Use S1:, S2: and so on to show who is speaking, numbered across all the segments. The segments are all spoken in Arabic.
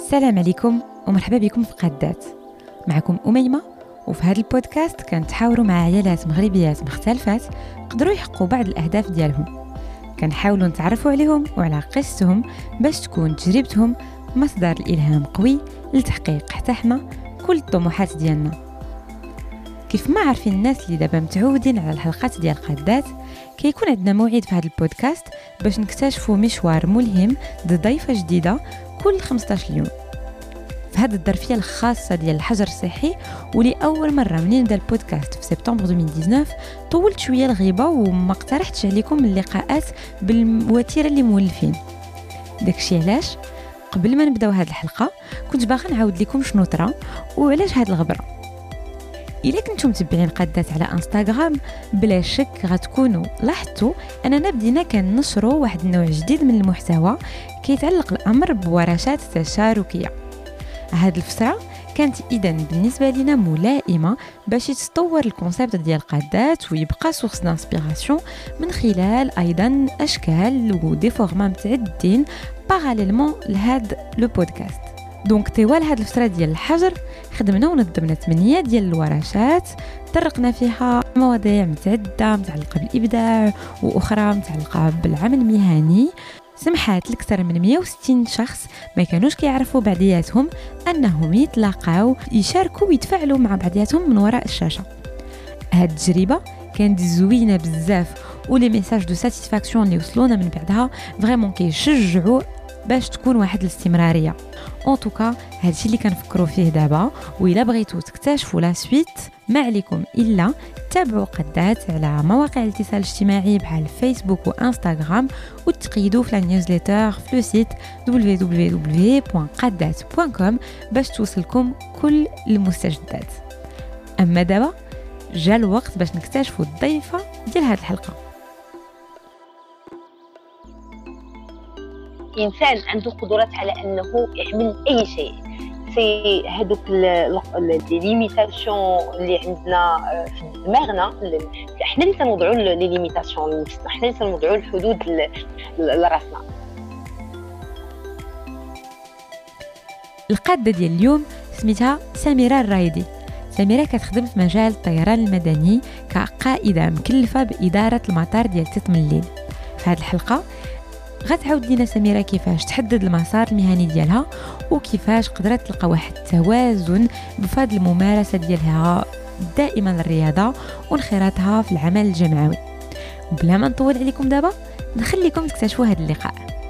S1: السلام عليكم ومرحبا بكم في قادات. معكم أميمة، وفي هذا البودكاست كنتحاوروا مع عائلات مغربيات مختلفات قدروا يحققوا بعض الأهداف ديالهم. كنحاولوا نتعرفوا عليهم وعلى قصتهم باش تكون تجربتهم مصدر الإلهام قوي لتحقيق حتى حنا كل الطموحات ديالنا. كيف ما عارفين الناس اللي دابا متعودين على الحلقات ديال قادات، كيكون عندنا موعد في هذا البودكاست باش نكتشفوا مشوار ملهم ضد ضيفة جديدة كل 15 يوم. في هذه الظرفية الخاصة ديال الحجر الصحي، ولأول مرة منين نبدا البودكاست في سبتمبر 2019 طولت شوية الغيبة وما اقترحتش عليكم اللقاءات بالوتيرة اللي مولفين. داكشي علاش قبل ما نبداو هذه الحلقة كنت باغا نعاود لكم شنو طرا وعلاش هذه الغبرة. إلا كنتم متبعين قادات على انستغرام بلا شك غتكونوا لاحظتوا أننا بدينا كننشروا واحد النوع جديد من المحتوى كيتعلق الأمر بورشات تشاركية. هذه الفترة كانت إذن بالنسبة لنا ملائمة باش يتطور الكونسيبت ديال قادات ويبقى سورس دانسبيراسيون من خلال أيضا أشكال ودي فورما متعددين باراليلمون لهذا لو بودكاست. دونك طوال هذه الفترة ديال الحجر خدمنا ونظمنا 8 ديال الورشات طرقنا فيها مواضيع متعددة متعلقة بالإبداع وأخرى متعلقة بالعمل المهني، سمحات لأكثر من 160 شخص ما كانوش كيعرفوا بعضياتهم أنهم يتلاقاو يشاركوا ويتفاعلوا مع بعضياتهم من وراء الشاشة. هاد التجربة كانت زوينة بزاف، ولي ميساج دو ساتيسفاكسيون اللي وصلونا من بعدها فريمون كيشجعوا باش تكون واحد الاستمراريه. ان توكا هادشي اللي كنفكروا فيه دابا، وإلا بغيتوا تكتشفوا لا سويت ما عليكم الا تابعوا قادات على مواقع الاتصال الاجتماعي بحال فيسبوك وانستغرام، وتقيدوا في النيوزليتر في لو سيت www.qadat.com باش توصلكم كل المستجدات. اما دابا جا الوقت باش نكتشفوا الضيفه ديال هذه الحلقه.
S2: إنسان عنده قدرات على أنه يعمل أي شيء. سي هذوك لي ليميتاسيون اللي عندنا في دماغنا، احنا اللي تنوضعوا لي ليميتاسيون لنفسنا، احنا اللي تنوضعوا الحدود لراسنا.
S1: القادة ديال اليوم سميتها سميرة الرايدي. سميرة كتخدم في مجال الطيران المدني كقائدة مكلفة بإدارة المطار ديال تطمليل. في هذه الحلقة غتعاود لينا سميرة كيفاش تحدد المسار المهني ديالها وكيفاش قدرت تلقى واحد التوازن بفضل الممارسة ديالها دائما للرياضة وانخراطها في العمل الجمعوي. وبلا ما نطول عليكم دابا نخليكم تكتشفوا هذا اللقاء.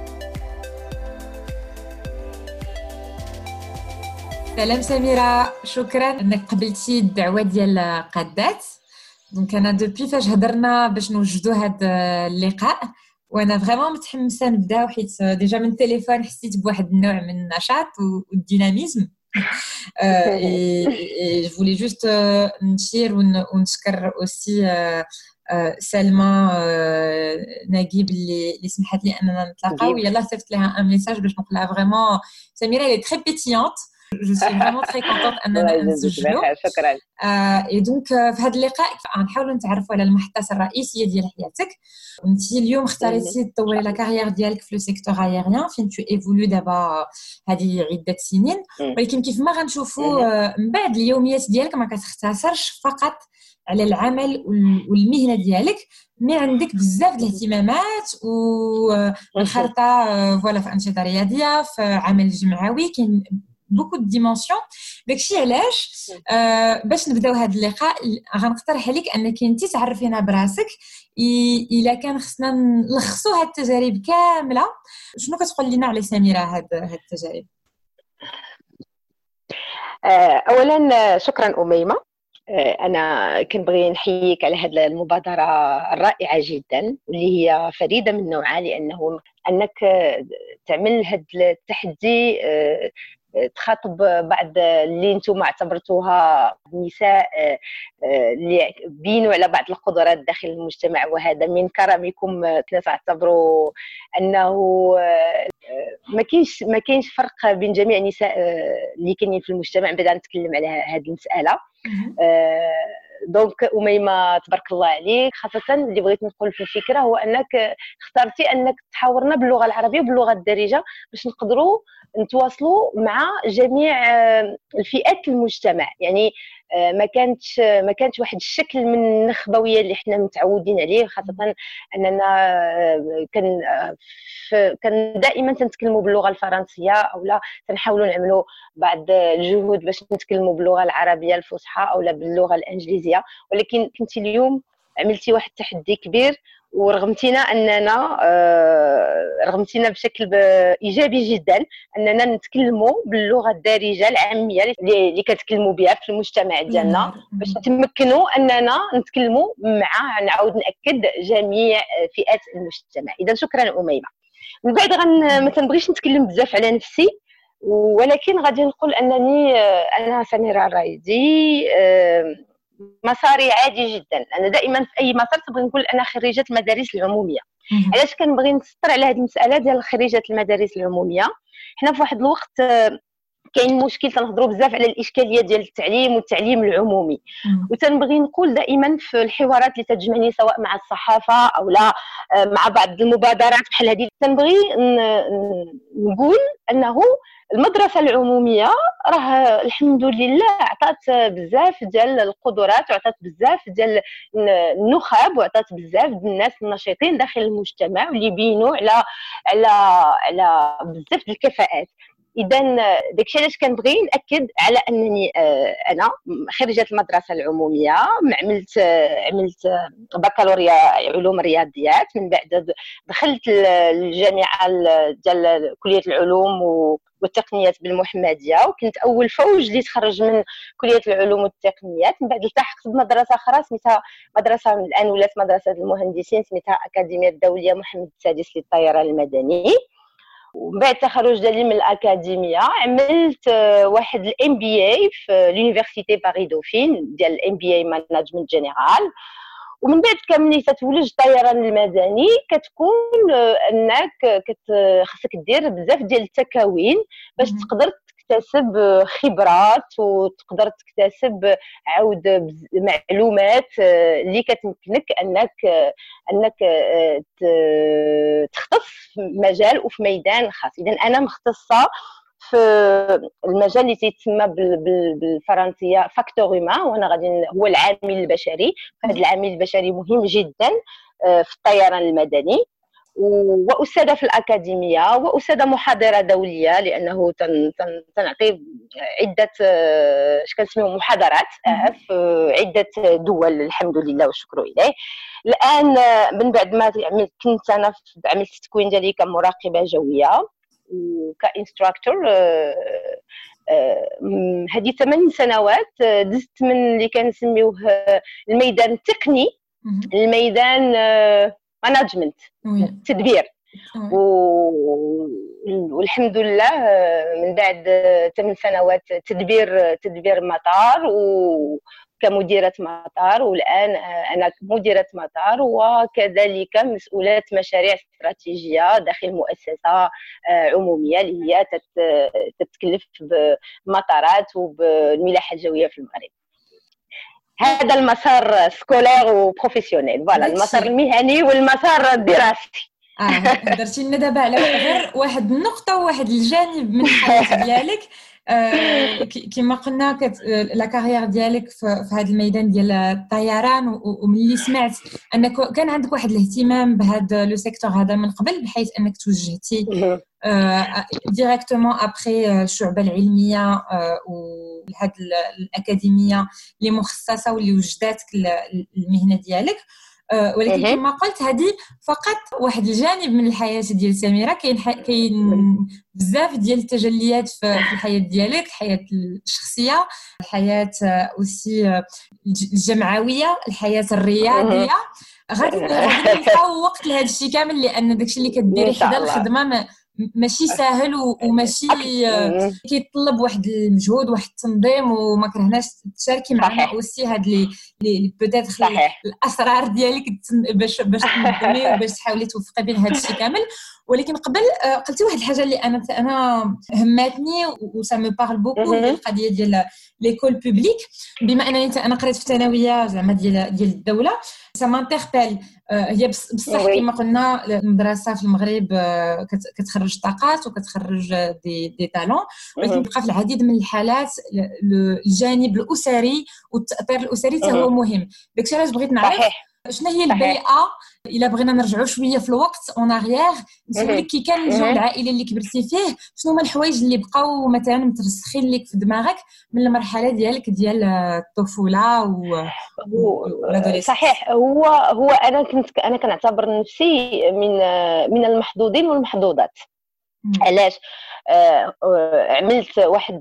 S1: سلام سميرة، شكرا انك قبلتي الدعوة ديال قادات. دونك انا دوبي فاش هضرنا باش نوجدوا هذا اللقاء وانا فريمون متحمسه نبداو، حيت ديجا من التليفون حسيت بواحد النوع من النشاط والديناميزم. et je voulais juste نشير ونشكر aussi سلمى نجيب اللي سمحت لي اننا نتلاقاو. يلا صيفط لها ان ميساج باش نقول لها فريمون سميرة elle est très pétillante. Je suis vraiment très contente اننا نسجلوا.
S2: شكرا.
S1: et donc في هذا اللقاء غنحاولوا نتعرفوا على المحطات الرئيسيه ديال حياتك. انت اليوم اختاريتي تطوري لا كارير ديالك في لو سيكتور ايريان فين تو ايفولو دابا هذه عده سنين، ولكن كيف ما غنشوفوا من بعد اليوميات ديالك ما كتختصرش فقط على العمل والمهنه ديالك، مي عندك بزاف د الاهتمامات والخرطه فوالا في انشطه رياضيه، في عمل جمعوي، كاين بوكو دي ديمونسيون. داكشي علاش باش نبداو هذا اللقاء غنقترح عليك انك انت تعرفينا براسك. الا كان خصنا نلخصوا هذه التجارب كامله، شنو كتقول لنا على سميرة هذه التجارب؟
S2: اولا شكرا اميمه. انا كنبغي نحييك على هذه المبادره الرائعه جدا واللي هي فريده من نوعها، لانه انك تعمل هذا التحدي تخاطب بعض اللي انتم اعتبرتوها نساء اللي بينوا على بعض القدرات داخل المجتمع، وهذا من كرمكم تعتبروا انه ما كاينش فرق بين جميع النساء اللي كاينين في المجتمع. بعد نتكلم على هذه المساله. دونك أميمة تبارك الله عليك، خاصة اللي بغيت نقول في الفكرة هو أنك اخترتي أنك تحاورنا باللغة العربية وباللغة الدارجة باش نقدروا نتواصلوا مع جميع الفئات المجتمع. يعني ما كانتش واحد الشكل من النخبويه اللي احنا متعودين عليه، خاصه اننا كان دائما تنتكلموا باللغه الفرنسيه او لا تنحاولوا نعملوا بعض الجهود باش نتكلموا باللغه العربيه الفصحى او لا باللغه الانجليزيه، ولكن كنتي اليوم عملتي واحد التحدي كبير ورغمتينا رغمتينا بشكل ايجابي جدا اننا نتكلموا باللغه الدارجه العاميه اللي كتكلموا بها في المجتمع ديالنا باش نتمكنوا اننا نتكلموا مع، نعاود ناكد، جميع فئات المجتمع. اذا شكرا اميمه. من بعد ما تنبغيش نتكلم بزاف على نفسي، ولكن غادي نقول انني انا سميره الرايدي. مساري عادي جدا، انا دائما في اي مسار تبغي نقول انا خريجه المدارس العموميه. علاش كنبغي نسطر على هذه المساله ديال خريجه المدارس العموميه؟ حنا في واحد الوقت كاين مشكل، تنهضروا بزاف على الاشكاليه ديال التعليم والتعليم العمومي، وتنبغي نقول دائما في الحوارات اللي تجمعني سواء مع الصحافه او لا مع بعض المبادرات بحال هذه، تنبغي نقول انه المدرسه العموميه راه الحمد لله عطات بزاف ديال القدرات وعطات بزاف ديال النخب وعطات بزاف ديال الناس النشيطين داخل المجتمع واللي بينوا على بزاف ديال الكفاءات. اذا داكشي علاش كنبغي ناكد على انني انا خريجه المدرسه العموميه، عملت بكالوريا علوم الرياضيات، من بعد دخلت الجامعه ديال كليه العلوم والتقنيات بالمحمديه، وكنت اول فوج اللي تخرج من كليه العلوم والتقنيات. من بعد التحقت بمدرسه اخرى سميتها مدرسه الان ولات مدرسه المهندسين، سميتها اكاديميه الدوليه محمد السادس للطيران المدني. ومن بعد التخرج ديالي من الاكاديميه عملت واحد الام بي اي في لونيفرسيتي باري دوفين ديال الام بي اي مانجمنت جينيرال. ومن بعد كملي تتولج الطيران المدني كتكون انك خاصك دير بزاف ديال التكوين باش تقدر تكتسب خبرات وتقدر تكتسب عاود معلومات اللي كتمكنك انك تختص في مجال وفي ميدان خاص. اذا انا مختصه في المجال اللي تيتسمى بالفرنسيه فاكتور هيومان، وانا غادي هو العامل البشري. هذا العامل البشري مهم جدا في الطيران المدني، واستاذه في الاكاديميه واستاذه محاضره دوليه، لانه تنعطي عده اش كنسميهم محاضرات في عده دول الحمد لله والشكر اليه. الان من بعد ما كنت انا عملت التكوين ديالي كمراقبه جويه وكإنستراكتور، هذه 8 سنوات دزت من اللي كنسميوه الميدان التقني الميدان مانجمنت تدبير. والحمد لله من بعد 8 سنوات تدبير مطار كمديرة مطار، والآن أنا مديرة مطار وكذلك مسؤولة مشاريع استراتيجية داخل مؤسسة عمومية اللي هي تتكلف بمطارات وبالملاحة الجوية في المغرب. هذا المسار سكولير وبروفيسيونيل، فوالا المسار المهني والمسار الدراسي.
S1: درتي لنا دابا على غير واحد النقطة وواحد الجانب من الحياة ديالك. كما قلنا لا كارير ديالك في هذا الميدان ديال الطيران، وملي سمعت انك كان عندك واحد الاهتمام بهذا لو سيكتور هذا من قبل، بحيث انك توجهتي ديريكتومون ابري الشعبة العلمية وهذه الأكاديمية اللي مخصصة واللي وجداتك المهنة ديالك. ولكن كما قلت هذه فقط واحد الجانب من الحياة ديال سميرة. كاين بزاف ديال التجليات في الحياة ديالك، الحياة الشخصية، الحياة اوسي الجمعوية، الحياة الرياضية. غادي نلقاو وقت لهذا الشيء كامل، لان داكشي اللي كديري حدا الخدمه ماشي ساهل وماشي كيطلب واحد المجهود، واحد التنظيم، وما كرهناش تشاركي معنا اوسي هاد لي بوتيتر الاسرار ديالك باش تنظمي وباش تحاولي توفقي بين هاد الشيء كامل. ولكن قبل قلتي واحد الحاجه اللي انا هماتني وسا مو بارل بوكو، هي القضيه ديال ليكول بوبليك. بما انني انا قريت في الثانويه زعما ديال الدوله، سا مانتيربيل. هي بصح كما قلنا المدرسه في المغرب كتخرج طاقات وكتخرج دي تالون، ولكن بقى في العديد من الحالات الجانب الاسري والتاثير الاسري حتى هو مهم. داكشي علاش بغيت نعرف شنو هي البيئه. الا بغينا نرجعوا شويه في الوقت اون اغيير، نسولك كي كان الجو العائلي اللي كبرتي فيه، شنو هما الحوايج اللي بقاو مثلا مترسخين لك في دماغك من المرحله ديالك ديال الطفوله
S2: صحيح. هو انا كنعتبر نفسي من المحظوظين والمحظوظات. علاش؟ عملت واحد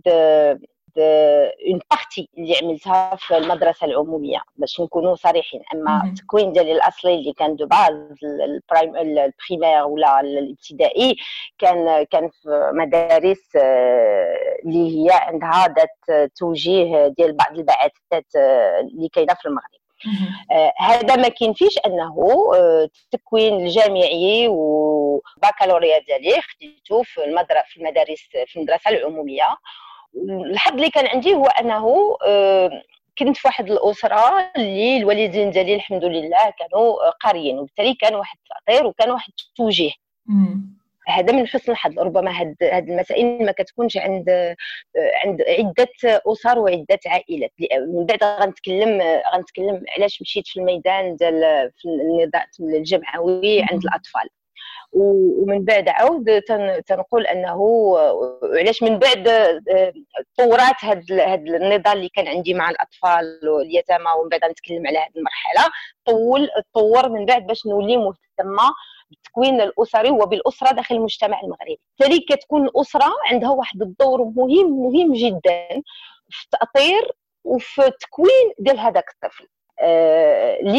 S2: اون بارتي اللي عملتها في المدرسه العموميه باش نكونوا صريحين. اما التكوين ديالي الاصلي اللي كان دو باز البريمير ولا الابتدائي كان في مدارس اللي هي عندها ذات توجيه ديال بعض البعثات اللي كاينه في المغرب. هذا ما كاين فيش انه التكوين الجامعي وباكالوريا ديالي خديته في المدارس في المدرسه العموميه. الحظ اللي كان عندي هو انه كنت في واحد الاسره اللي الوالدين ديالي الحمد لله كانوا قاريين، وبالتالي كان واحد التاطير وكان واحد التوجيه. هذا من حسن الحظ. ربما هاد المسائل ما كتكونش عند عده اسر وعده عائلات. من بعد غنتكلم علاش مشيت في الميدان ديال في النضال الجمعوي عند الاطفال، ومن بعد عاود تنقول انه علاش من بعد طورات هذا النضال اللي كان عندي مع الاطفال واليتامى، ومن بعد نتكلم على هذه المرحله طور من بعد باش نولي مهتمه بالتكوين الاسري وبالاسره داخل المجتمع المغربي. بالتالي كتكون الاسره عندها واحد الدور مهم جدا في التاطير وفي التكوين ديال هذاك الطفل، اللي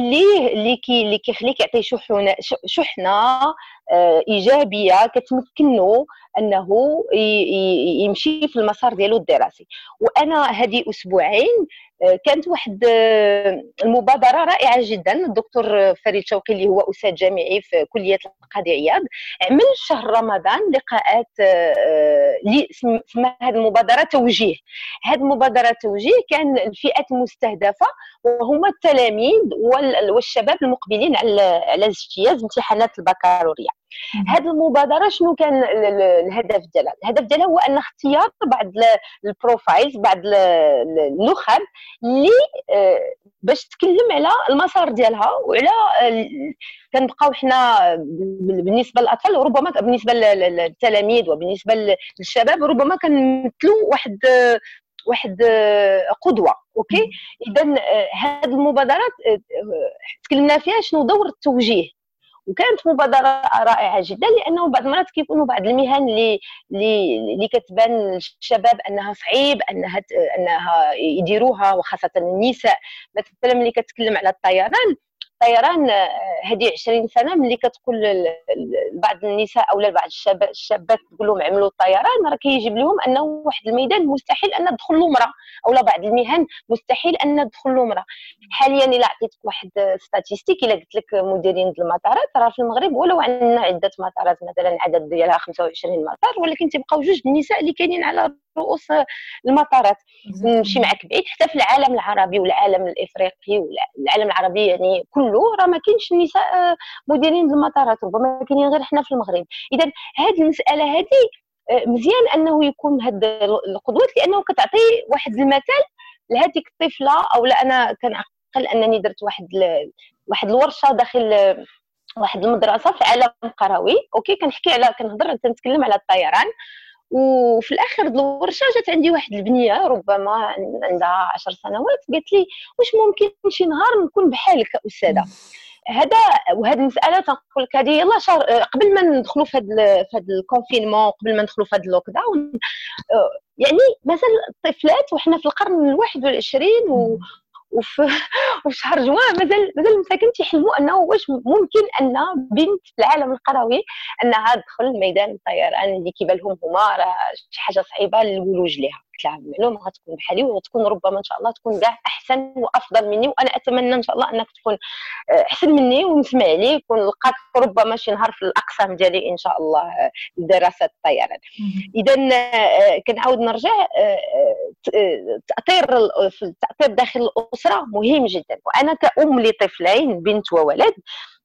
S2: كيخليك يعطي شحنه ايجابيه كتمكنه انه يمشي في المسار ديالو الدراسي. وانا هذه اسبوعين كانت واحد المبادره رائعه جدا. الدكتور فريد شوقي اللي هو استاذ جامعي في كليه القاضي عياض عمل شهر رمضان لقاءات اللي اسمها هذه المبادره توجيه. هذه المبادره توجيه كان الفئات المستهدفه وهما التلاميذ والشباب المقبلين على اجتياز امتحانات البكالوريا. هذه المبادره شنو كان الهدف ديالها؟ الهدف ديالها هو ان اختيار بعض البروفايلز، بعض النخب اللي باش تتكلم على المسار ديالها وعلى كنبقاو حنا بالنسبه للاطفال وربما بالنسبه للتلاميذ وبالنسبه للشباب ربما كنمثلوا واحد قدوه. اوكي، اذا هذه المبادرات تكلمنا فيها شنو دور التوجيه، وكانت مبادره رائعه جدا. لانه بعض المرات كيكونوا بعض المهن اللي كتبان للشباب انها صعيب انها يديروها، وخاصه النساء. مثلا ملي كتكلم على الطيران هذه 20 سنه ملي كتقول بعض النساء او بعض الشابات تقول لهم عملوا الطيران، راه كيجيب لهم انه واحد الميدان مستحيل ان تدخل له امراه، او بعض المهن مستحيل ان تدخل له امراه. حاليا الا عطيتك واحد ستاتيستيك، الا قلت لك مديرين المطارات راه في المغرب ولو عندنا عده مطارات مثلا العدد ديالها 25 مطار، ولكن تيبقاو جوج النساء اللي كاينين على رؤوس المطارات. نمشي معك بعيد حتى في العالم العربي والعالم الافريقي والعالم العربي يعني كله راه ما كاينش نساء مديرين المطارات، ربما كاينين غير حنا في المغرب. اذا هذه المساله هذه مزيان انه يكون هاد القدوات، لانه كتعطي واحد المثل لهذيك الطفله. او لا، انا كنعقل انني درت واحد الورشه داخل واحد المدرسه في عالم قروي. اوكي، كنتكلم على الطيران، وفي الاخر الورشه جات عندي واحد البنيه ربما عندها 10 سنوات قالت لي واش ممكن شي نهار نكون بحالك استاذه. وهذه المساله تنقول لك هذه يلا قبل ما ندخلوا في هذا الكونفينمون، قبل ما ندخلوا في هذا اللوك داون، يعني مازال الطفلات وحنا في القرن ال21 وفي شهر جوان مازال المساكن تيحلموا انه واش ممكن ان بنت في العالم القروي انها تدخل ميدان الطيران اللي كيبان لهم هما راه شي حاجه صعيبه للولوج ليها. قلت لها معلومه غتكون بحالي وتكون ربما ان شاء الله تكون كاع احسن وافضل مني، وانا اتمنى ان شاء الله انك تكون احسن مني ونسمع ليك ونلقاك ربما شي نهار في الاقسام ديالي ان شاء الله لدراسه الطيران. اذا كنعاود نرجع، التأثير داخل الاسره مهم جدا. وانا كأم لطفلين بنت وولد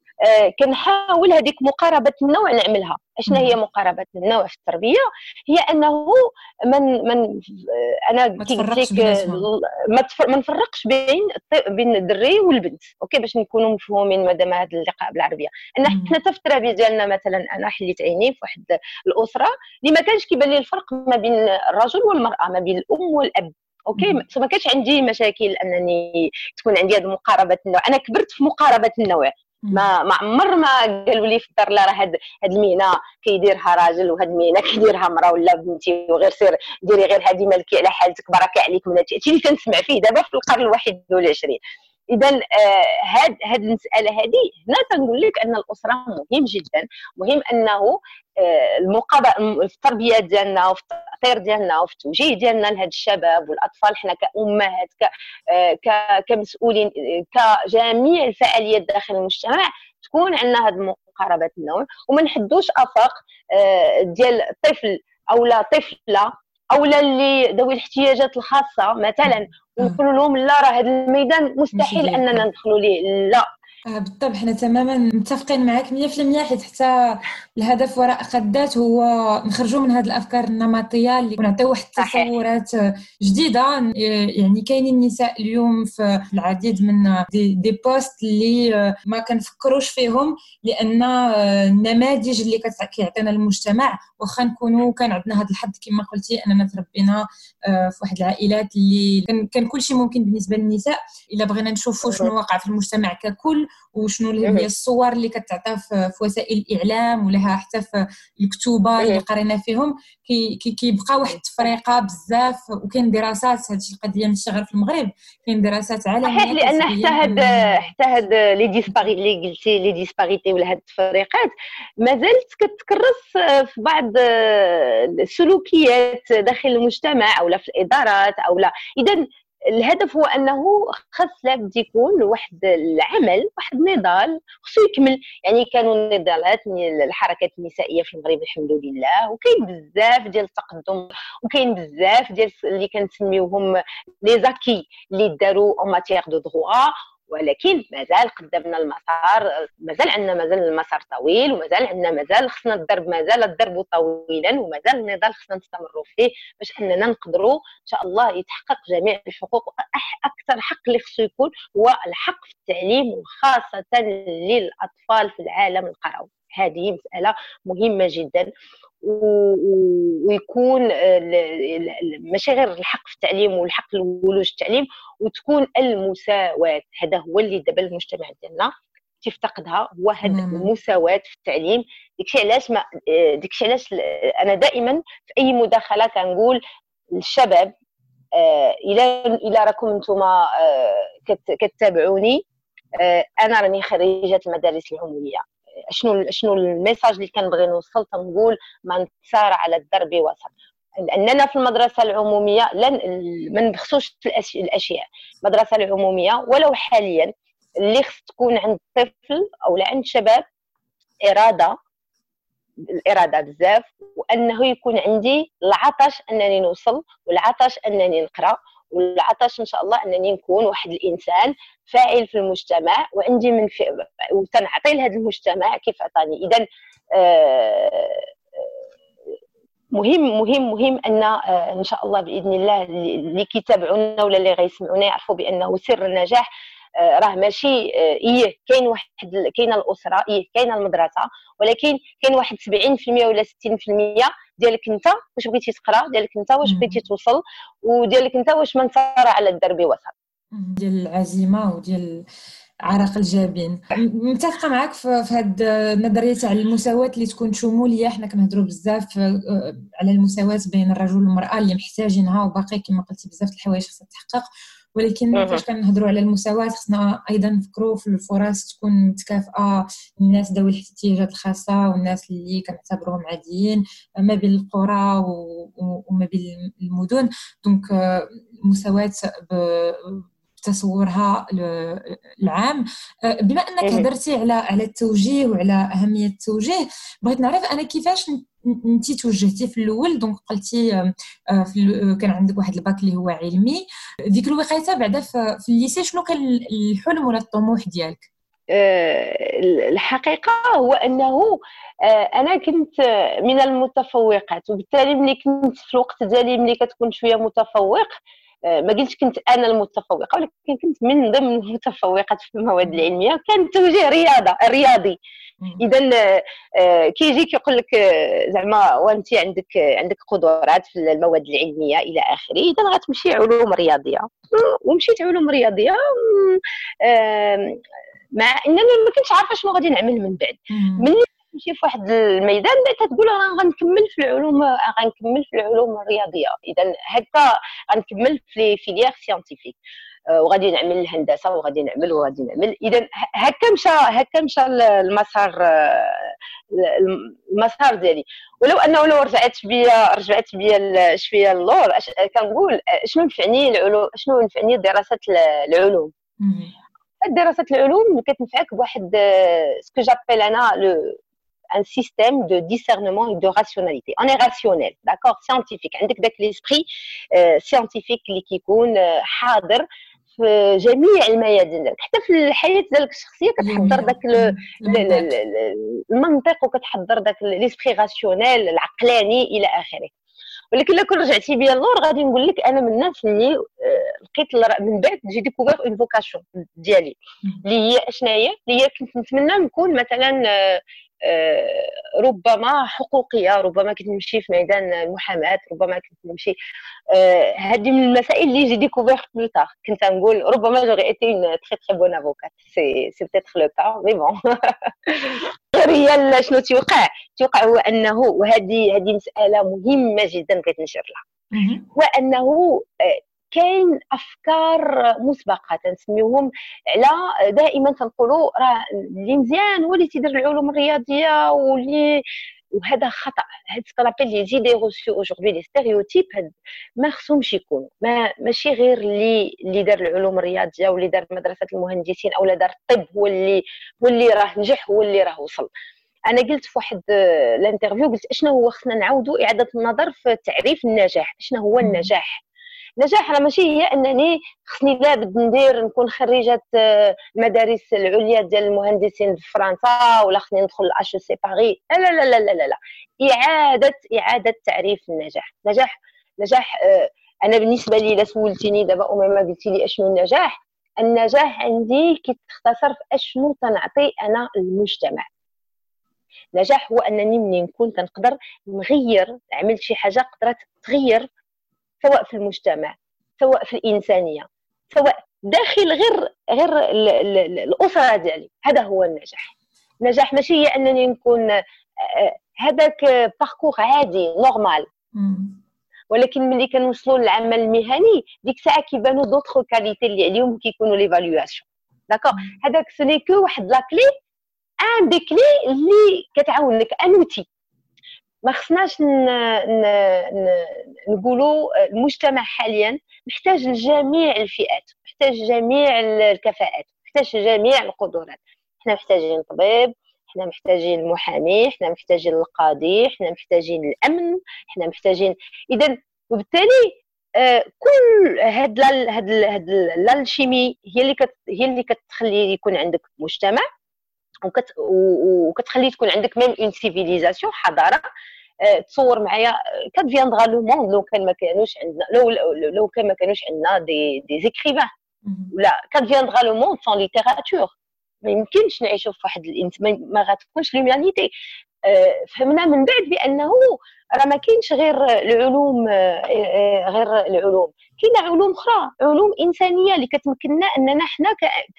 S2: كنحاول هذيك مقاربه النوع نعملها. اشنا هي مقاربه النوع في التربيه؟ هي انه من انا كي قلت لك ما نفرقش بين الدري والبنت، اوكي، باش نكونوا مفهومين مادام هذا اللقاء بالعربيه. ان حنا في التربيه ديالنا مثلا انا حليت عيني في واحد الاسره اللي ما كانش كيبان لي الفرق ما بين الرجل والمراه، ما بين الام والاب، اوكي. ما كانش عندي مشاكل انني تكون عندي هذه مقاربه النوع. انا كبرت في مقاربه النوع، ما عمر ما قالوا لي في الدار لا راه هاد المهنه كيديرها راجل وهاد المهنه كيديرها مراه ولا بنتي، وغير سير ديري غير هذه مالكي على حالتك بركه عليك من هادشي اللي كنسمع فيه دابا في القرن ال21. اذا هاد المساله هذه هنا تنقول لك ان الاسره مهم جدا، مهم انه المقابله في التربيه ديالنا وفي التاثير ديالنا وفي التوجيه ديالنا لهاد الشباب والاطفال، حنا كامهات كمسؤولين كجميع الفعاليات داخل المجتمع تكون عندنا هاد المقاربه النوع، وما نحدوش افاق ديال طفل او لا طفله او اللي ذوي الاحتياجات الخاصه مثلا ونقولوا لهم لا راه هذا الميدان مستحيل اننا ندخلوا ليه. لا
S1: بالطبع حنا تماما متفقين معك 100%، حيت حتى الهدف وراء قدات هو نخرجوا من هذه الافكار النمطيه اللي ونعطيو واحد التصورات جديده. يعني كاينين النساء اليوم في العديد من دي بوست اللي ما كنفكروش فيهم، لان النماذج اللي كيعطينا المجتمع واخا نكونوا كان عندنا هذا الحظ كما قلتي اننا تربينا في واحد العائلات اللي كان كل شيء ممكن بالنسبه للنساء. الا بغينا نشوفوا شنو واقع في المجتمع ككل وشنو هي الصور اللي كتعطى في وسائل الاعلام ولها حتى في الكتوبه اللي قرينا فيهم، كيبقى واحد التفرقه بزاف. وكاين دراسات هذه القضيه ماشي غير في المغرب، كاين دراسات عالميه
S2: صحيح، لان حتى هاد لي ديسباري اللي قلتي لي ديسباريتي ولا هاد التفريقات مازالت كتكرس في بعض السلوكيات داخل المجتمع او لا في الادارات او لا. اذا الهدف هو انه خاص لابد يكون واحد العمل، واحد النضال خصو يكمل. يعني كانوا النضالات الحركات النسائيه في المغرب الحمد لله، وكاين بزاف ديال التقدم، وكاين بزاف ديال اللي كنسميوهم لي زاكي اللي داروا اون ماتيير دو دروا، ولكن مازال قدامنا المسار، مازال عندنا المسار طويل، ومازال عندنا خصنا الدرب طويلا، ومازال النضال خصنا نستمروا فيه باش اننا نقدروا ان شاء الله يتحقق جميع الحقوق. اكثر حق اللي خصو يكون هو الحق في التعليم، وخاصه للاطفال في العالم القروي. هذه مساله مهمه جدا، ويكون ماشي غير الحق في التعليم والحق لولوج التعليم، وتكون المساواة. هذا هو اللي دابا المجتمع ديالنا تفتقدها، هو هذا المساواة في التعليم. داكشي علاش انا دائما في اي مداخله كنقول للشباب الى راكم نتوما كتتابعوني، انا راني خريجه المدارس العموميه. شنو الميساج اللي كنبغي نوصل؟ تنقول من سار على الدرب وصل. لاننا في المدرسه العموميه ما نبخسوش الاشياء. المدرسه العموميه ولو حاليا اللي خص تكون عند الطفل او عند شباب الاراده بزاف، وانه يكون عندي العطش انني نوصل، والعطش انني نقرا، والعطش ان شاء الله انني نكون واحد الانسان فاعل في المجتمع، وعندي وتنعطي لهذا المجتمع كيف عطاني. اذا مهم ان ان شاء الله باذن الله اللي كيتابعونا ولا اللي غيسمعونا يعرفوا بانه سر النجاح راه ماشي كاين الاسره، كاين المدرسه، ولكن كاين واحد 70% ولا 60% ديالك انت واش بغيتي تقرا، ديالك انت واش بغيتي توصل، وديالك انت واش من سار على الدرب وصل.
S1: ديال العزيمه وديال عرق الجبين. متفقه معك في هذه النظريه تاع المساواه اللي تكون شموليه. حنا كنهضروا بزاف على المساواه بين الرجل والمراه اللي محتاجينها، وباقي كما قلتي بزاف الحوايج خصها تتحقق. ولكن فاش كنهضروا على المساواة خصنا ايضا نفكروا في الفرص تكون متكافئه، الناس ذوي الاحتياجات الخاصه والناس اللي كنعتبروهم عاديين ما بين القرى وما بين المدن. دونك المساواة بتصورها العام. بما انك هضرتي على التوجيه وعلى اهميه التوجيه، بغيت نعرف انا كيفاش انتي توجهتي في الاول. دونك قلتي كان عندك واحد الباك اللي هو علمي، ديك الوقيته بعدا في الليسي شنو كان الحلم ولا الطموح ديالك؟
S2: الحقيقه هو انه انا كنت من المتفوقات، وبالتالي ملي كنت في الوقت ديالي ملي كتكون شويه متفوق، ما قلتش كنت انا المتفوقه، ولكن كنت من ضمن المتفوقات في المواد العلميه. كان التوجيه رياضي. اذا كيجي كيقول لك زعما وانت عندك قدرات في المواد العلميه الى اخره، اذا غتمشي علوم رياضيه. ومشيت علوم رياضيه، مع انني ما كنتش عارفه شنو غادي نعمل من بعد. ملي تمشي في واحد الميدان تتقول راه غنكمل في العلوم الرياضيه، اذا هكا غنكمل في فيليير سيانتيفيك، وغادي نعمل الهندسه وغادي نعمل. اذا هكا مشى المسار ديالي. ولو انه لو رجعت بيا شويه اللور، كنقول شنو نفعني دراسه العلوم. دراسه العلوم كتنفعك بواحد سكو جابيل انا un système de discernement et de rationalité. On est rationnel, d'accord, scientifique. عندك داك l'esprit scientifique اللي كيكون حاضر في جميع الميادين ديالك، حتى في الحياه ديالك الشخصيه كتحضر داك المنطق، وكتحضر داك l'esprit rationnel العقلاني الى اخره. ولكن لو كون رجعتي بيا اللور غادي نقول لك انا من الناس اللي لقيت من بعد جي ديكوفير اون فوكاسيون ديالي اللي هي اشنا هي اللي هي كنت نتمنى نكون مثلا ربما حقوقيه، ربما كنت نمشي في ميدان المحاماه، ربما كنت نمشي هذه من المسائل اللي جي ديكوفير بلو تار. كنت نقول ربما جوري ايتي اون تري تري بون افوكات، سي بيتيتر لو كا مي بون. غير شنو توقع هو انه، وهذه مساله مهمه جدا بغيت نشير لها، هو انه كاين افكار مسبقه تنسميوهم على، دائما تنقولوا راه اللي مزيان هو اللي تيدير العلوم الرياضيه، وهذا خطا. هاد سكرابيل لي زيدي روسيو اوجوردي لي ستيريوتيب ما خصهمش يكونوا، ماشي غير اللي دار العلوم الرياضيه واللي دار مدرسه المهندسين او دار الطب هو اللي راه نجح، هو اللي راه وصل. انا قلت في واحد الانترفيو، قلت اشنو هو خصنا نعاودوا اعاده النظر في تعريف النجاح. اشنو هو النجاح؟ راه ماشي هي انني خصني لابد نكون خريجه المدارس العليا ديال المهندسين في فرنسا، ولا خصني ندخل الاش سي باري. لا لا لا لا لا لا. اعاده تعريف نجاح. انا بالنسبه لي الا سولتيني دابا ما قلتي لي اشنو النجاح عندي كيتختصر في اشنو تنعطي انا للمجتمع. نجاح هو انني منين نكون كنقدر نغير، عملت شي حاجه قدرت تغير سواء في المجتمع، سواء في الانسانيه، سواء داخل غير الاسره ديالي. هذا هو النجاح ماشي هي انني نكون هذاك باركور عادي نورمال، ولكن ملي كنوصلوا للعمل المهني ديك الساعه كيبانوا دوطخ كاليتي اللي عليهم كيكونوا ليفالواسيون. داكوغ، هذاك سوني كو واحد لاكلي، ان دي كلي اللي كتعاونك، ان اوتي. ما خصناش نقولوا المجتمع حاليا محتاج لجميع الفئات، محتاج جميع الكفاءات، محتاج جميع القدرات. احنا محتاجين طبيب، احنا محتاجين محامي، احنا محتاجين القاضي، احنا محتاجين الامن، احنا محتاجين. اذا وبالتالي كل هاد الشيمي هي اللي كتخلي يكون عندك مجتمع، وكتخلي تكون عندك ميم اون سيفيليزاسيون، حضاره. تصور معايا كادفياندغا لو موند لو كان ما كانوش عندنا، لو كان ما كانوش عندنا دي زيكريفان، ولا كادفياندغا لو موند سون ليتيراتور. ما يمكنش نعيشوا في واحد ما غتكونش لومانيتي. فهمنا من بعد بانه راه ما كاينش غير العلوم، كاينه علوم اخرى، علوم انسانيه اللي كتمكننا اننا حنا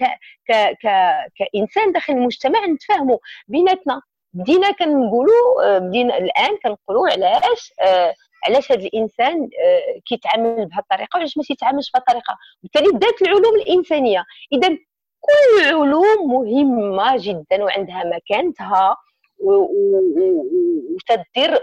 S2: كانسان داخل المجتمع نتفاهموا بيناتنا. بدينا الان كنقولوا علاش علاش هذا الانسان كيتعامل بهذه الطريقه وعلاش ما تيتعاملش بهذه الطريقه. بالتالي بدات العلوم الانسانيه. اذا كل العلوم مهمه جدا وعندها مكانتها وتدير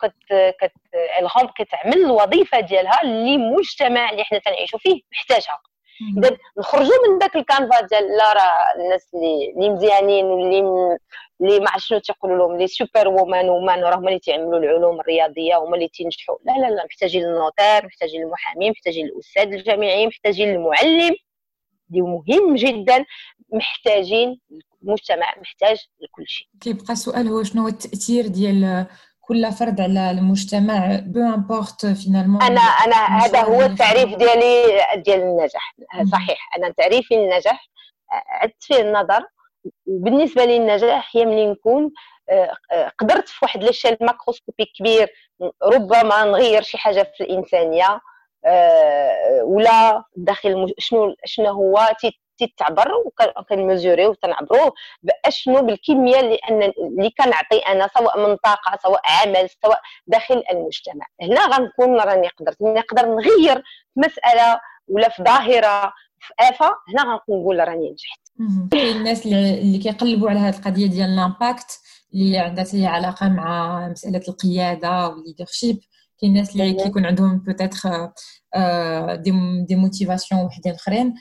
S2: كتعمل الوظيفه ديالها اللي المجتمع اللي حنا تنعيشوا فيه محتاجها. اذا نخرجوا من داك الكانفا ديال لا راه الناس اللي مزيانين واللي ما عرفت شنو تيقولوا لهم لي سوبر وومان راه هما اللي تيعملوا العلوم الرياضيه هما اللي تينجحوا. لا لا لا، محتاجين النوتير، محتاجين المحامي، محتاجين الاستاذ الجامعي، محتاجين المعلم اللي مهم جدا، محتاجين المجتمع محتاج لكل شيء.
S1: كيبقى السؤال هو شنو هو التاثير ديال كل فرد على المجتمع بو امبورط فينالمون.
S2: انا هذا هو التعريف ديالي ديال النجاح. صحيح، انا تعريفي للنجاح عدت فيه النظر. وبالنسبه لي النجاح هي ملي نكون قدرت في واحد ليشيل ماكروسكوبي كبير ربما نغير شي حاجه في الانسانيه، ولا داخل شنو هو تتعبر وكنمزوريو وتنعبروه باشنو بالكميه اللي كنعطي انا، سواء من طاقه سواء عمل سواء داخل المجتمع. هنا غنكون راني نقدر نغير في مساله ولا في ظاهره في آفة. هنا غنكون نقول راني نجحت.
S1: كاين الناس اللي كيقلبوا على هذه القضيه ديال الامباكت اللي عندها علاقه مع مساله القياده والليدرشيب. كاين الناس اللي كيكون عندهم بوتيتر دي موتيفاسيون وحدين اخرين،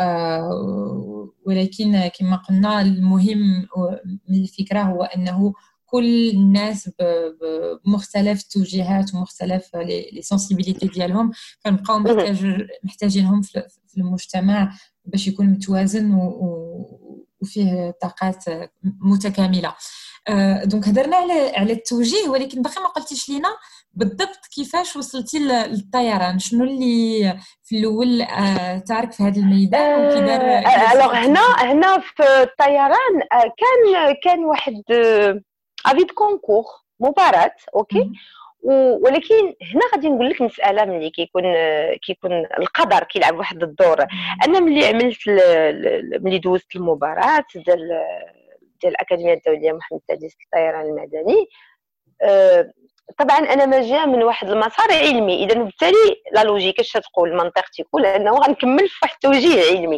S1: ولكن كما قلنا المهم من الفكره هو انه كل الناس بمختلف التوجيهات ومختلف لي سنسيبيليتي ديالهم كنبقاو محتاجينهم في المجتمع باش يكون متوازن وفيه طاقات متكامله. دونك هضرنا على التوجيه، ولكن باقي ما قلتيش لينا بالضبط كيفاش وصلتي للطيران. شنو اللي في الاول تعرف في هذا الميدان وكي دار؟
S2: الوغ هنا في الطيران كان واحد افيد كونكور مباراه اوكي. ولكن هنا غادي نقول لك مساله ملي كيكون القدر كيلعب واحد الدور. انا ملي دوزت المباراه ديال الاكاديميه الدوليه محمد السادس للطيران المدني، طبعا انا ماجيه من واحد المسار علمي، اذا بالتالي لا لوجيك اش تقول المنطق تيقول انه غنكمل في واحد التوجيه علمي.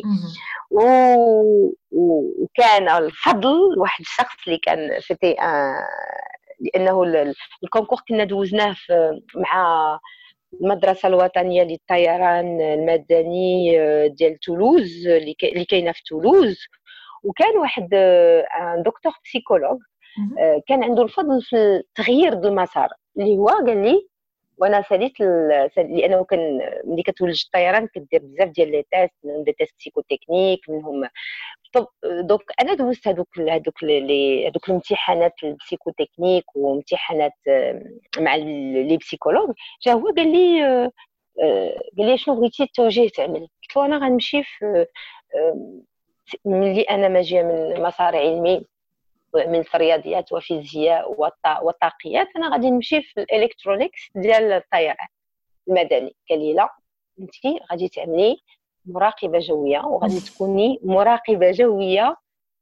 S2: وكان الفضل واحد الشخص اللي كان فتي لانه الكونكور كنا دوزناه مع المدرسه الوطنيه للطيران المدني ديال تولوز اللي كاينه في تولوز. وكان واحد دكتور بسيكولوج كان عنده الفضل في تغيير المسار اللي هو قال لي، وانا ساليت لانه كان ملي كتولج الطيران كدير بزاف ديال لي تيست، منهم دي تيست سيكوتكنيك منهم. دونك انا دوزت هذوك الامتحانات البسيكوتكنيك وامتحانات مع لي بسيكولوج. جا هو قال لي شنو بغيتي التوجيه تعمل؟ قلت له انا غنمشي في ملي انا ماجيه من مسار علمي من الرياضيات وفيزياء وطاقيات، انا غادي نمشي في الالكترونيكس ديال الطيران المدني. قال لي لا، انت غادي تعملي مراقبه جويه وغادي تكوني مراقبه جويه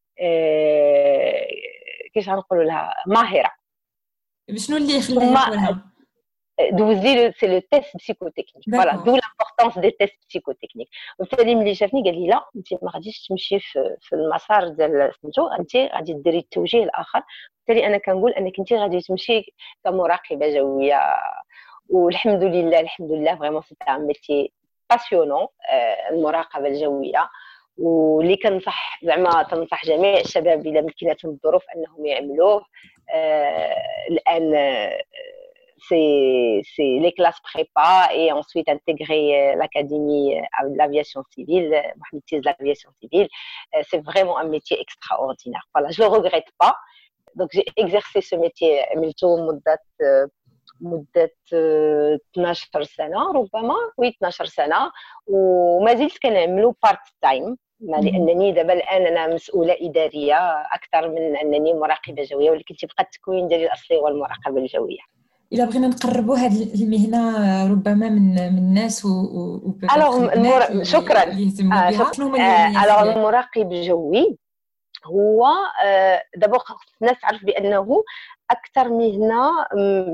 S2: كيفاش غنقولوا لها ماهره.
S1: شنو اللي خلاها
S2: دوزي سي لو تيست بسيكوتكنيك. فوالا دو لامبورطونس دي تيست بسيكوتكنيك. وبالتالي ملي شافني قال لي لا، انت ما غاديش تمشي في المسار ديال سميتو، انت غادي ديري التوجيه الاخر. بالتالي انا كنقول انك انت غادي تمشي كمراقبه جويه. والحمد لله فريمون سي ان ميتي باسيونون المراقبه الجويه، واللي كنصح زعما تنصح جميع الشباب اذا ممكنتهم الظروف انهم يعملوه. الان c'est les classes prépa et ensuite intégrer l'académie de l'aviation civile, Mohamed VI de l'aviation civile. C'est vraiment un métier extraordinaire. Voilà, je le regrette pas. Donc j'ai exercé ce métier مدة 12 سنة ربما، 12 سنة، وما زلت كنعملو بارت تايم لانني دابا الان انا مسؤوله اداريه اكثر من انني مراقبه جويه، ولكن تبقى التكوين ديالي الاصلي هو المراقبه الجويه.
S1: إلا بغينا نقربوا هذه المهنه ربما من الناس
S2: شكرا.
S1: شنو هما
S2: المراقب الجوي هو دابا الناس تعرف بانه اكثر مهنه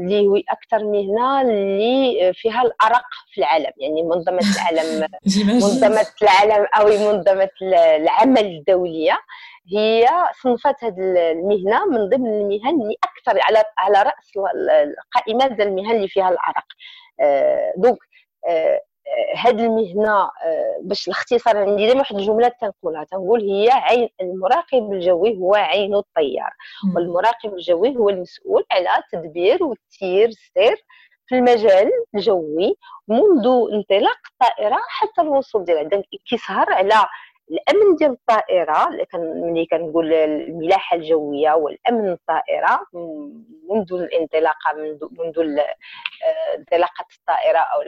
S2: اللي فيها الارق في العالم، يعني منظمه العالم منظمه العالم او منظمه العمل الدوليه هي صنفت هذه المهنه من ضمن المهن اللي اكثر على راس القائمه ديال المهن اللي فيها الارق. دونك هذه المهنه باش الاختصار عندي دائما واحد الجمله تنقول هي عين المراقب الجوي هو عين الطيار، والمراقب الجوي هو المسؤول على تدبير وتسيير السير في المجال الجوي منذ انطلاق الطائره حتى الوصول ديالها. كيسهر على الامن ديال الطائره، ملي كنقول الملاحه الجويه والامن الطائره منذ الانطلاقه، منذ انطلاقه الطائره او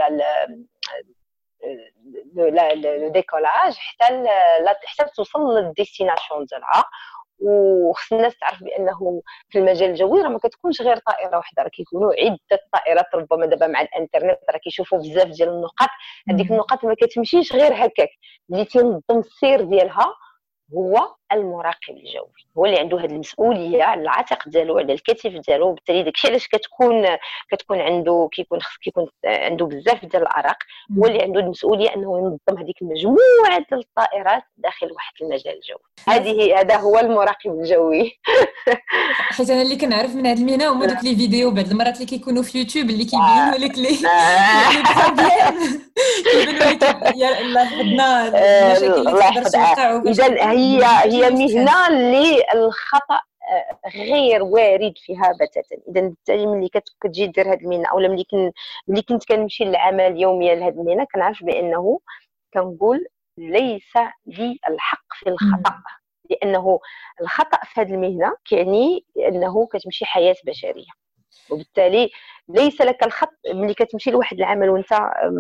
S2: لو ديكولاج حتى توصل للديستيناسيون ديالها. وخص الناس تعرف بانه في المجال الجوي راه ما كتكونش غير طائره واحده، راه كيكونوا عده طائرات. ربما دابا مع الانترنت راه كيشوفوا بزاف ديال النقط، هذيك النقط ما كتمشيش غير هكاك، اللي تنظم السير ديالها هو المراقب الجوي، هو اللي عنده هذه المسؤوليه على العاتق ديالو، على الكتف ديالو. وبالتالي داكشي علاش كتكون عنده كيكون عنده بزاف ديال الارق، هو اللي عنده المسؤوليه انه ينظم هذيك المجموعه ديال الطائرات داخل واحد المجال الجوي. هذا هو المراقب الجوي.
S1: حيت انا اللي كنعرف من هذه المهنه هما دوك لي فيديو بعض المرات اللي كيكونوا في يوتيوب اللي كيبينوا لك لي بروبليم، كيبينوا لك يلا حدنا المشاكل اللي تقدر توقع.
S2: اذا هي مهنه اللي الخطا غير وارد فيها بتاتا. اذا بالتالي ملي كتجي دير هذه المهنه، اولا ملي كنت كنمشي للعمل يوميا لهذه المهنه، كنعرف بانه كنقول ليس لي الحق في الخطا، لانه الخطا في هذه المهنه كيعني انه كتمشي حياه بشريه، وبالتالي ليس لك الخط. ملي كتمشي لواحد العمل وانت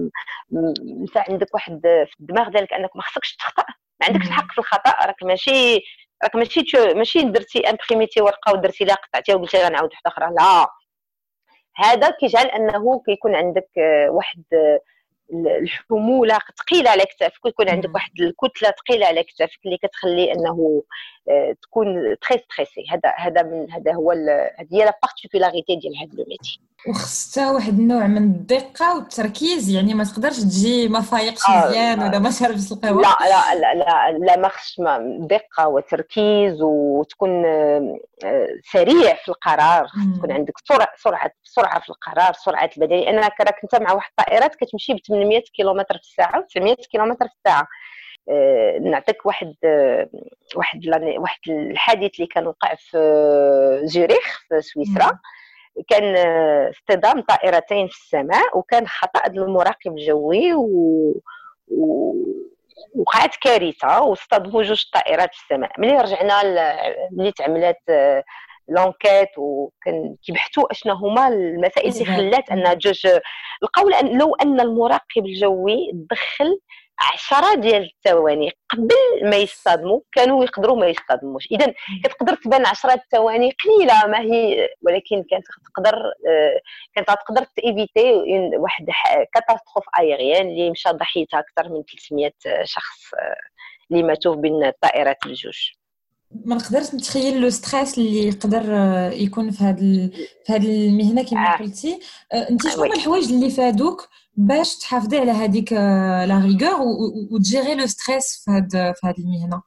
S2: عندك واحد في الدماغ ديالك انك ما خصكش تخطا، ما عندكش الحق في الخطا، راك ماشي درتي امبريميتي ورقه ودرتي لها قطعتيها وقلتي غنعاود واحده اخرى، لا. هذا كيجعل انه كيكون عندك واحد الحموله ثقيله على كتافك، ويكون عندك واحد الكتله ثقيله على كتافك اللي كتخلي انه تكون تري ستريسي. هذا هو هذه هي لا بارتيكولاريتي ديال هذا لو ميتي.
S1: وخصها واحد النوع من الدقه والتركيز، يعني ما تقدرش تجي ما فايقش مزيان ولا ما شربش القهوه.
S2: لا لا لا لا, لا ما خصش دقه وتركيز، وتكون سريع في القرار، تكون عندك سرعه في القرار، سرعه البدنيه. انا كنت مع واحد الطائرات كتمشي ب 800 كيلومتر في الساعه و900 كيلومتر في الساعه. نعطيك واحد الحادث اللي كان وقع في زوريخ في سويسرا. كان اصطدام طائرتين في السماء، وكان خطأ المراقب الجوي وقعت كارثه واصطدموا جوج طائرات في السماء. ملي تعملت لونكيت وكان كيبحثوا اشنا هما المسائل اللي خلات ان جوج القول لو ان المراقب الجوي دخل 10 ديال الثواني قبل ما يصطدموا كانوا يقدروا ما يصطدموش. اذا كتقدر تبان 10 ثواني قليله ما هي، ولكن كانت تقدر تيفيتي واحد كاتاستروف ايريان اللي مشى ضحيتها اكثر من 300 شخص اللي ماتوا بين الطائرات الجوج.
S1: ما نقدرش نتخيل لو ستريس اللي يقدر يكون في هذه المهنه كما قلتي. انت شنو هما الحوايج اللي فادوك باش تحافظي على هذيك لا ريغور وتجيري لو ستريس في هذه المهنه؟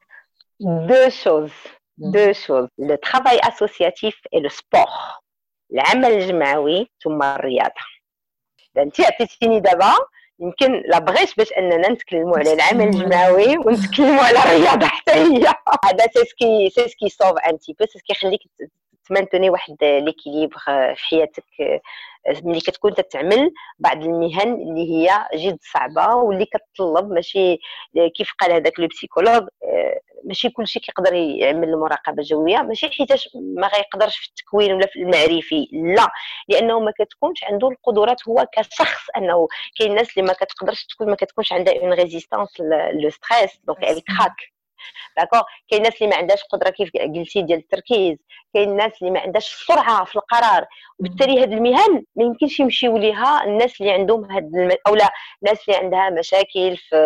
S2: دو شوز لو ترافاي اسوسياتيف اي لو سبور، العمل الجماعي ثم الرياضه. انت عطيتيني دابا يمكن لا بغيش باش اننا نتكلموا على العمل الجماعي ونتكلموا على الرياضه حتى هي. هذا سي سوف ان تي بو، سي كيخليك تمانتوني واحد ليكيليبر في حياتك ملي كتكون تتعمل بعض المهن اللي هي جد صعبه واللي كتطلب ماشي كيف قال هذاك لو بسيكولوج، ماشي كلشي كيقدر يعمل المراقبه الجويه، ماشي حيتاش ما غيقدرش في التكوين ولا في المعرفي، لا، لانه ما كتكونش عنده القدرات هو كشخص. انه كاين الناس اللي ما كتكونش عندها اون ريزيستانس لو ستريس، دونك الكراك داكور. كاين الناس اللي ما عندهاش قدره كيف قلتي ديال التركيز، كاين الناس اللي ما عندهاش السرعه في القرار، وبالتالي هاد المهن ما يمكنش يمشيو ليها الناس اللي عندهم اولا الناس اللي عندها مشاكل في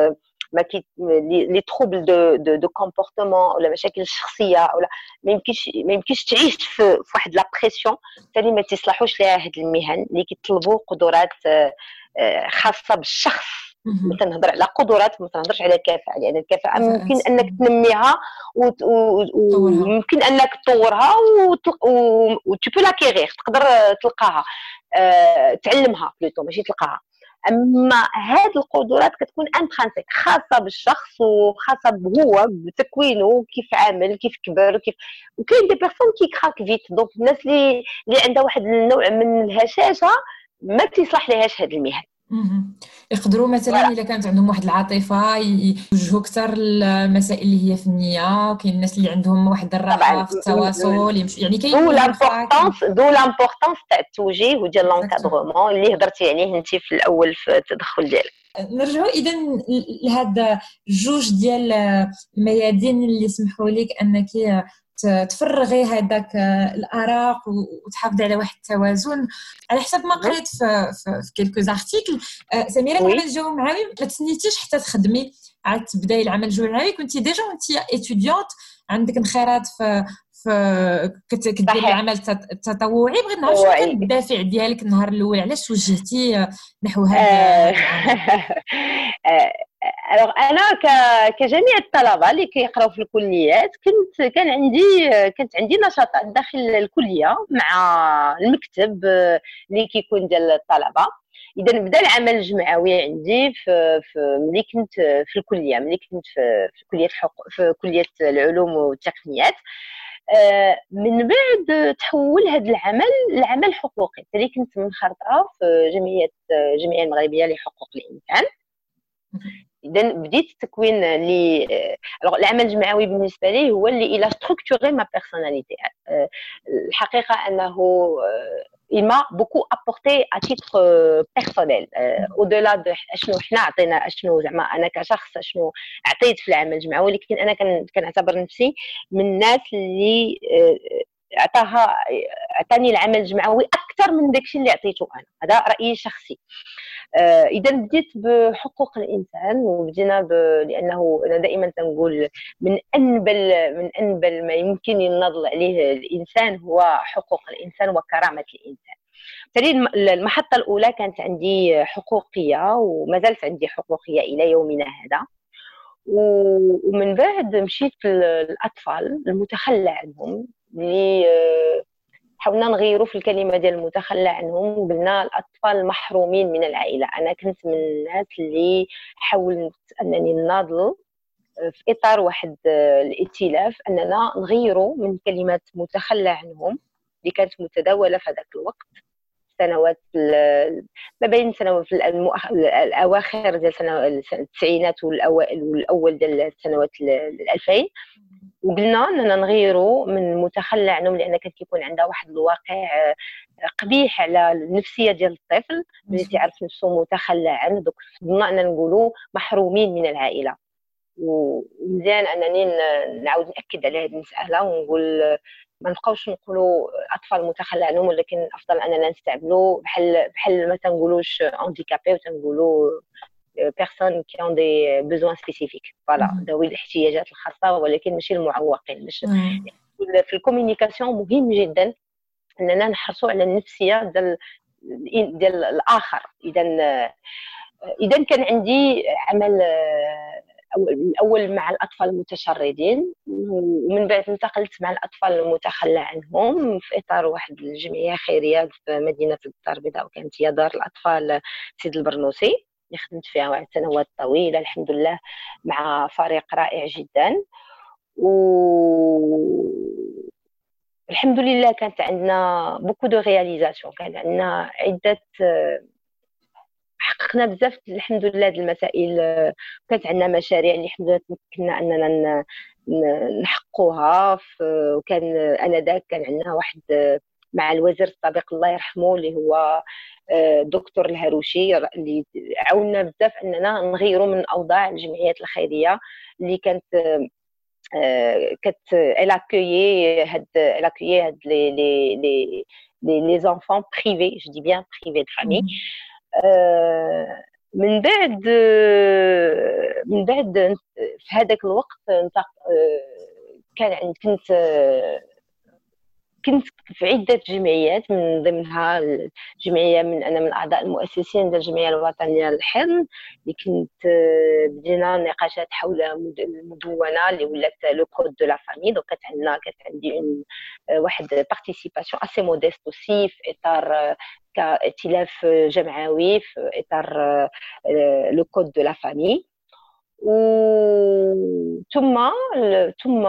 S2: ما كي لي تروبل دو كومبورتمون ولا مشاكل الشخصيه ولا ما يمكنش تعيش في واحد لا بريسيون ثاني ما تصلحوش لها هاد المهن اللي كيطلبوا قدرات خاصه بالشخص. مثلا نهضر على قدرات، ما تنهضرش على كفاءه، لان الكفاءه ممكن انك تنميها وممكن انك تطورها و tu peux l'acquérir، تقدر تلقاها، تعلمها بلوتو ماشي تلقاها. اما هاد القدرات كتكون انترانسيك خاصه بالشخص وخاصه هو بتكوينه، كيف عامل كيف كبر كيف. وكاين دي بيرسون كي كراك فيت، دونك الناس اللي عندها واحد النوع من الهشاشه ما تصلح لهاش هاد المهن.
S1: يقدروا مثلا الا كانت عندهم واحد العاطفه يوجهوا اكثر المسائل اللي هي فنيه، وكاين الناس اللي عندهم واحد الراحه في التواصل يمشي، يعني كاين
S2: دو لامبورطونس تاع التوجيه وديال لونكادرومون اللي هضرتي عليه انت في الاول في التدخل ديالك.
S1: نرجعوا اذا لهذا الجوج ديال الميادين اللي يسمحوا لك انك تفرغي هذاك الاراق وتحافظي على واحد التوازن. على حسب ما قريت في كلكو زارتيكل، سميره العمل الجوعي ما تسنيتيش حتى تخدمي عاد تبداي العمل الجوعي، كنتي ديجا وانت اتيديونت عندك انخراط في كدير العمل التطوعي. بغيت نعرف شنو كان الدافع ديالك النهار الاول، علاش توجهتي نحو هذا العمل؟
S2: انا كجميع الطلبه اللي كيقراو في الكليات كانت عندي نشاطات داخل الكليه مع المكتب اللي كيكون ديال الطلبه. اذا بدا العمل الجمعوي عندي ملي كنت في الكليه، ملي كنت في كليه في كليه العلوم والتقنيات. من بعد تحول هذا العمل الحقوقي اللي كنت منخرطه في الجمعيه المغربيه لحقوق الانسان. اذا بديت التكوين العمل الجمعوي بالنسبه لي هو اللي الى ستركتوري ما بيرسوناليتي. الحقيقه انه il m'a beaucoup apporté à titre personnel au-delà de اشنو حنا عطينا، اشنو زعما انا كشخص اشنو عطيت في العمل الجمعوي، ولكن انا كنعتبر نفسي من الناس اللي عطاني العمل الجمعوي اكثر من داكشي اللي عطيته انا. هذا رايي الشخصي. اذا بديت بحقوق الانسان وبدينا لانه انا دائما تنقول من انبل ما يمكن يناضل عليه الانسان هو حقوق الانسان وكرامه الانسان. بالتالي المحطه الاولى كانت عندي حقوقيه وما زالت عندي حقوقيه الى يومنا هذا. ومن بعد مشيت للاطفال المتخلى عنهم، اللي حاولنا نغيروا في الكلمه ديال المتخلى عنهم وقلنا الاطفال المحرومين من العائله. انا كنت من الناس اللي حاولت انني نناضل في اطار واحد الائتلاف اننا نغيروا من كلمه متخلى عنهم اللي كانت متداوله في هذاك الوقت، سنوات ما بين سنوات الاواخر ديال التسعينات والاول ديال السنوات 2000. وقلنا اننا نغيروا من متخلى عنهم لان كان كيكون عندها واحد الواقع قبيح على النفسيه ديال الطفل اللي تعرف نفسه متخلى عنه. دوك فضلنا اننا نقولوا محرومين من العائله. ومزيان انني نعاود ناكد على هذه المساله ونقول ما نبقاوش نقولوا اطفال متخلى عنهم، ولكن افضل اننا نستعملوا بحال ما تنقولوش هانديكابي وتنقولوا بيرسون كي اون دي بوزوان سبيسيفيك، فوالا ذوي الاحتياجات الخاصه، ولكن ماشي المعوقين. مش في الكوميونيكاسيون مهم جدا اننا نحرصوا على النفسيه ديال الاخر. اذا كان عندي عمل الاول مع الاطفال المتشردين، ومن بعد انتقلت مع الاطفال المتخلى عنهم في اطار واحد الجمعيه خيريه في مدينه الدار البيضاء، وكانت هي دار الاطفال سيد البرنوسي اللي خدمت فيها واحد سنوات طويله الحمد لله مع فريق رائع جدا. الحمد لله كانت عندنا بوكو دو رياليزاسيون، كان عندنا عده حققنا بزاف الحمد لله هذه المسائل. كانت عندنا مشاريع اللي الحمد لله تمكنا اننا نحققوها. وكان انذاك كان عندنا واحد مع الوزير السابق الله يرحمه اللي هو دكتور الهروشي اللي عاوننا بزاف اننا نغيروا من اوضاع الجمعيات الخيريه اللي كانت الاكيي هاد لي زونفون بريفي، جو دي بيان بريفي دو فامي. من بعد في هذاك الوقت كنت في عدة جمعيات، من ضمنها الجمعية أنا من الأعضاء المؤسسين ديال الجمعية الوطنية للحلم، اللي كنت بدينا نقاشات حول المدونة اللي ولات لو كود دو لا فامي. دونك كانت عندي واحد بارتيسيباسيون اسي موديست اوسي في اطار كائتلاف جمعوي في اطار لو كود دو لا فامي. ثم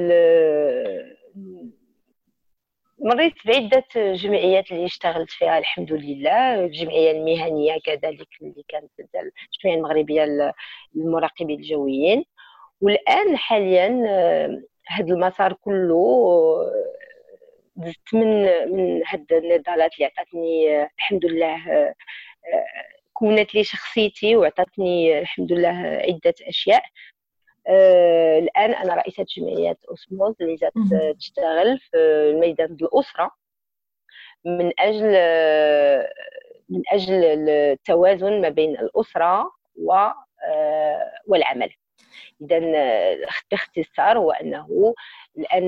S2: مريت بعدة جمعيات اللي اشتغلت فيها الحمد لله. الجمعية المهنية كذلك اللي كانت الجمعية المغربية للمراقبين الجويين. والآن حاليا هذا المسار كله دزت من هاد النضالات اللي عطاتني الحمد لله، كونت لي شخصيتي وعطاتني الحمد لله عدة أشياء. الآن أنا رئيسة جمعية أوسموز اللي جات تشتغل في الميدان الأسرة من أجل التوازن ما بين الأسرة والعمل. إذا باختصار هو أنه الآن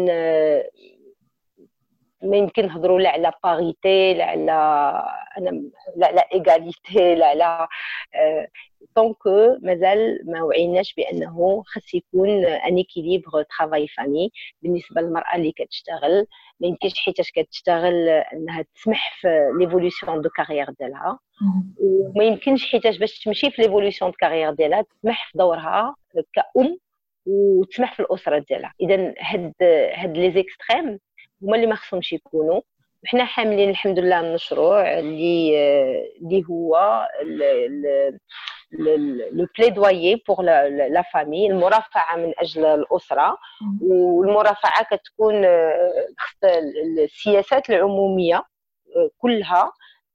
S2: ما يمكن نهضروا لا على باريتي، لا على ايغاليتي، لا على دونك مازال ما وعيناش بانه خاص يكون ان اكيليبر ترافاي فامي بالنسبه للمراه اللي كتشتغل. ما يمكنش حيتاش كتشتغل انها تسمح في ليفولوسيون دو كارير ديالها، وما يمكنش حيتاش باش تمشي في ليفولوسيون دو كارير ديالها تسمح في دورها كأم وتسمح في الاسره ديالها. اذا هاد لي زيكستريم هما اللي ما خصهمش يكونوا. وحنا حاملين الحمد لله المشروع اللي هو لو بليدويي بور لا فامي، المرافعه من اجل الاسره. والمرافعه كتكون السياسات العموميه كلها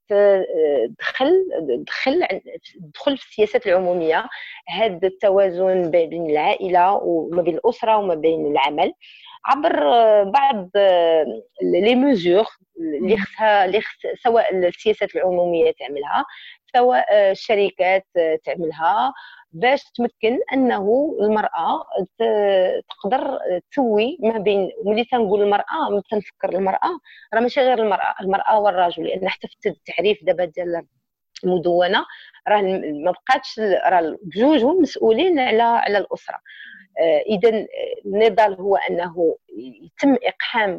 S2: تدخل في السياسات العموميه هذا التوازن بين العائله وما بين الاسره وما بين العمل، عبر بعض لي ميزور اللي سواء السياسات العموميه تعملها سواء الشركات تعملها، باش تمكن انه المراه تقدر تسوي ما بين. ملي تنقول المراه ملي تنفكر المراه راه ماشي غير المراه والرجل، لان حتى في التعريف دابا ديال المدونه راه ما بقاتش راه بجوجهم مسؤولين على الاسره. اذا النضال هو انه يتم اقحام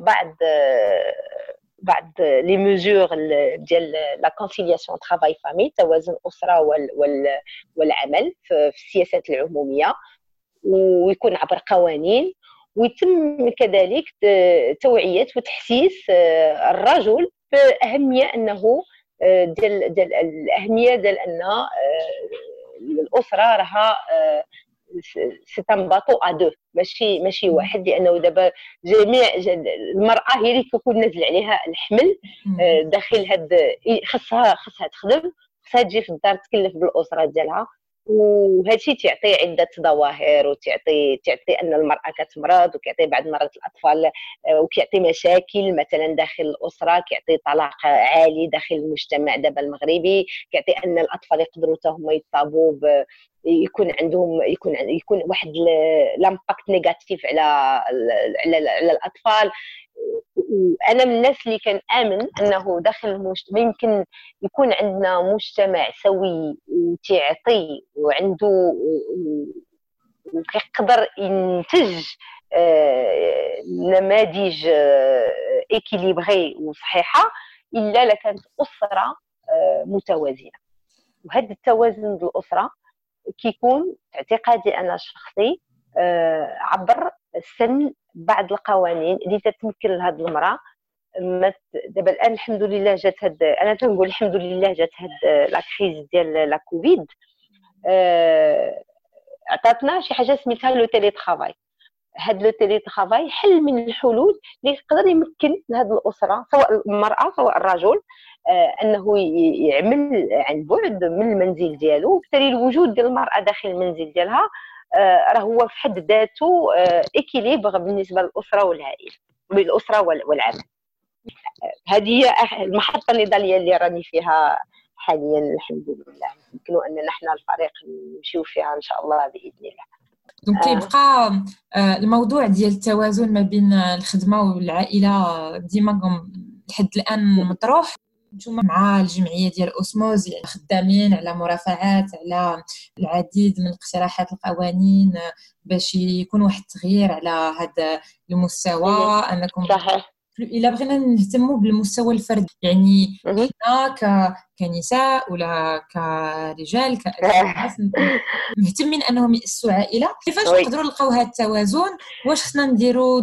S2: بعض لي ميزور ديال لا كونسيلياسيون ترافاي فامي، توازن الاسره والعمل في السياسات العموميه، ويكون عبر قوانين. ويتم كذلك توعيه وتحسيس الرجل باهميه انه ديال الاهميه ديال ان الاسره راها سي ان باطو ا دو، ماشي واحد، لانه دابا جميع المراه هي اللي كيكون نازل عليها الحمل داخل خاصها تخدم، خاصها تجي في الدار تكلف بالاسره ديالها. وهذا الشيء تعطي عده ظواهر، وتعطي ان المراه كتمرض، وكيعطي بعض المرات الاطفال، وكيعطي مشاكل مثلا داخل الاسره، كيعطي طلاق عالي داخل المجتمع دابا المغربي، كيعطي ان الاطفال يقدروا حتى هما يصابوا يكون عندهم يكون واحد لامباكت نيجاتيف على الاطفال. وانا من الناس اللي كنامن انه داخل المجتمع يمكن يكون عندنا مجتمع سوي وتعطي وعنده وكيقدر ينتج نماذج ايكيليبري وصحيحه الا لكانت اسره متوازنه. وهذا التوازن ديال الاسره كيكون في اعتقادي انا الشخصي عبر سن بعض القوانين اللي تتمكن لهذه المراه. دابا الان الحمد لله جات انا تنقول الحمد لله جات لا كريز ديال لا كوفيد، عطاتنا شي حاجه سميتها لو تيلي ترافاي. هاد لو تيلي ترافاي حل من الحلول اللي يقدر يمكن لهاد الاسره سواء المراه سواء الرجل انه يعمل عن بعد من المنزل ديالو. وبالتالي الوجود ديال المراه داخل المنزل ديالها راه هو في حد ذاته ايكيليبر بالنسبه للاسره والعائله، بالاسره والعمل. هذه هي المحطه النضاليه اللي راني فيها حاليا الحمد لله يمكن ان نحن الفريق نمشيو فيها ان شاء الله باذن الله.
S1: دونك كيبقى الموضوع ديال التوازن ما بين الخدمه والعائله ديما لحد الان مطروح. نتوما مع الجمعيه ديال اوسموز يعني خدامين على مرافعات على العديد من اقتراحات القوانين باش يكون واحد التغيير على هذا المستوى انكم
S2: صحيح.
S1: الا بغينا نهتموا بالمستوى الفردي يعني حنا كنساء ولا كرجال كأشخاص مهتمين انهم يأسسوا عائله، كيفاش نقدروا نلقاو هذا التوازن؟ واش خصنا نديروا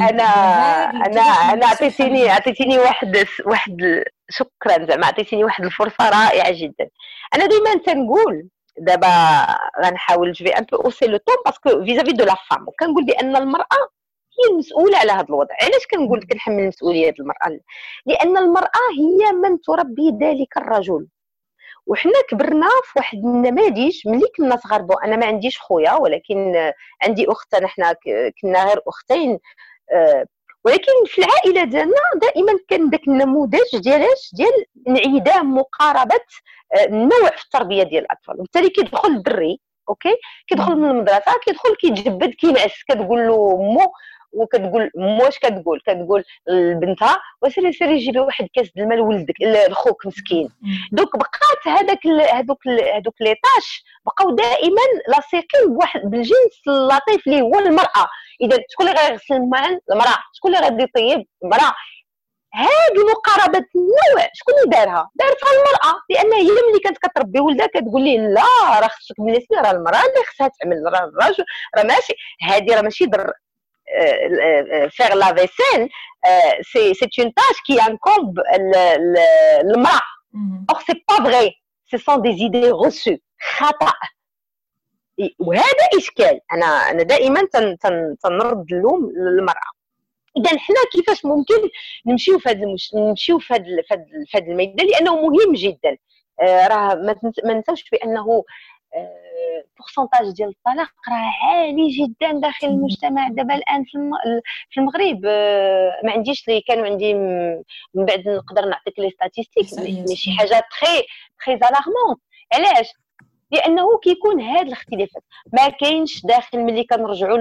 S2: انا عطيتيني واحد شكرا زعما عطيتيني واحد الفرصه رائعه جدا. انا دائما تنقول دابا غنحاول نجبي ان بو اوسي لو طون باسكو فيزافي دو لا فام، وكنقول بان المراه هي المسؤوله على هذا الوضع. علاش كنقول كنحمل مسؤوليه المراه؟ لان المراه هي من تربي ذلك الرجل. وحنا كبرنا في واحد النماذج ملي كنا صغار. انا ما عنديش خويا ولكن عندي اخت، نحنا كنا غير اختين، ولكن في العائله ديالنا دائما كان داك النموذج ديال انعدام مقاربه النوع في التربيه ديال الاطفال. وبالتالي كيدخل الدري اوكي، كيدخل من المدرسه كيدخل كيتجبد كينعس، كتقول له مو وكتقول واش كتقول لبنتها وسيري جيبي واحد كاس الماء لولدك لخوك مسكين. دوك بقات هذوك لي طاش بقاو دائما لاصقين بواحد بالجنس اللطيف اللي هو المراه. اذا شكون اللي غيغسل الماء؟ المراه. شكون اللي غادي يطيب؟ المراه. هذه مقاربه النوع شكون اللي دارتها المراه، لان هي ملي كانت كتربي ولدها كتقول ليه لا راه خصك بالنسبه راه المراه اللي خصها تعمل، راه الراجل راه ماشي هذه راه ماشي faire la vaisselle, c'est une tâche qui incombe le mari. Or, c'est pas vrai. Ce sont des idées reçues. خطأ. وهذا إشكال. أنا دائما تنرد اللوم للمرأة. إذا حنا كيفاش ممكن نمشيو في هذا الميدان، لأنه مهم جدا. راه ما ننساوش بأنه بورسونتاج ديال الطلاق راه عالي جدا داخل المجتمع دابا الان في المغرب. ما عنديش اللي كانوا عندي من بعد نقدر نعطيك لي ستاتيستيك، مي شي حاجه تري الارمونت. علاش؟ لانه كيكون هاد الاختلافات ما كاينش داخل. ملي كنرجعوا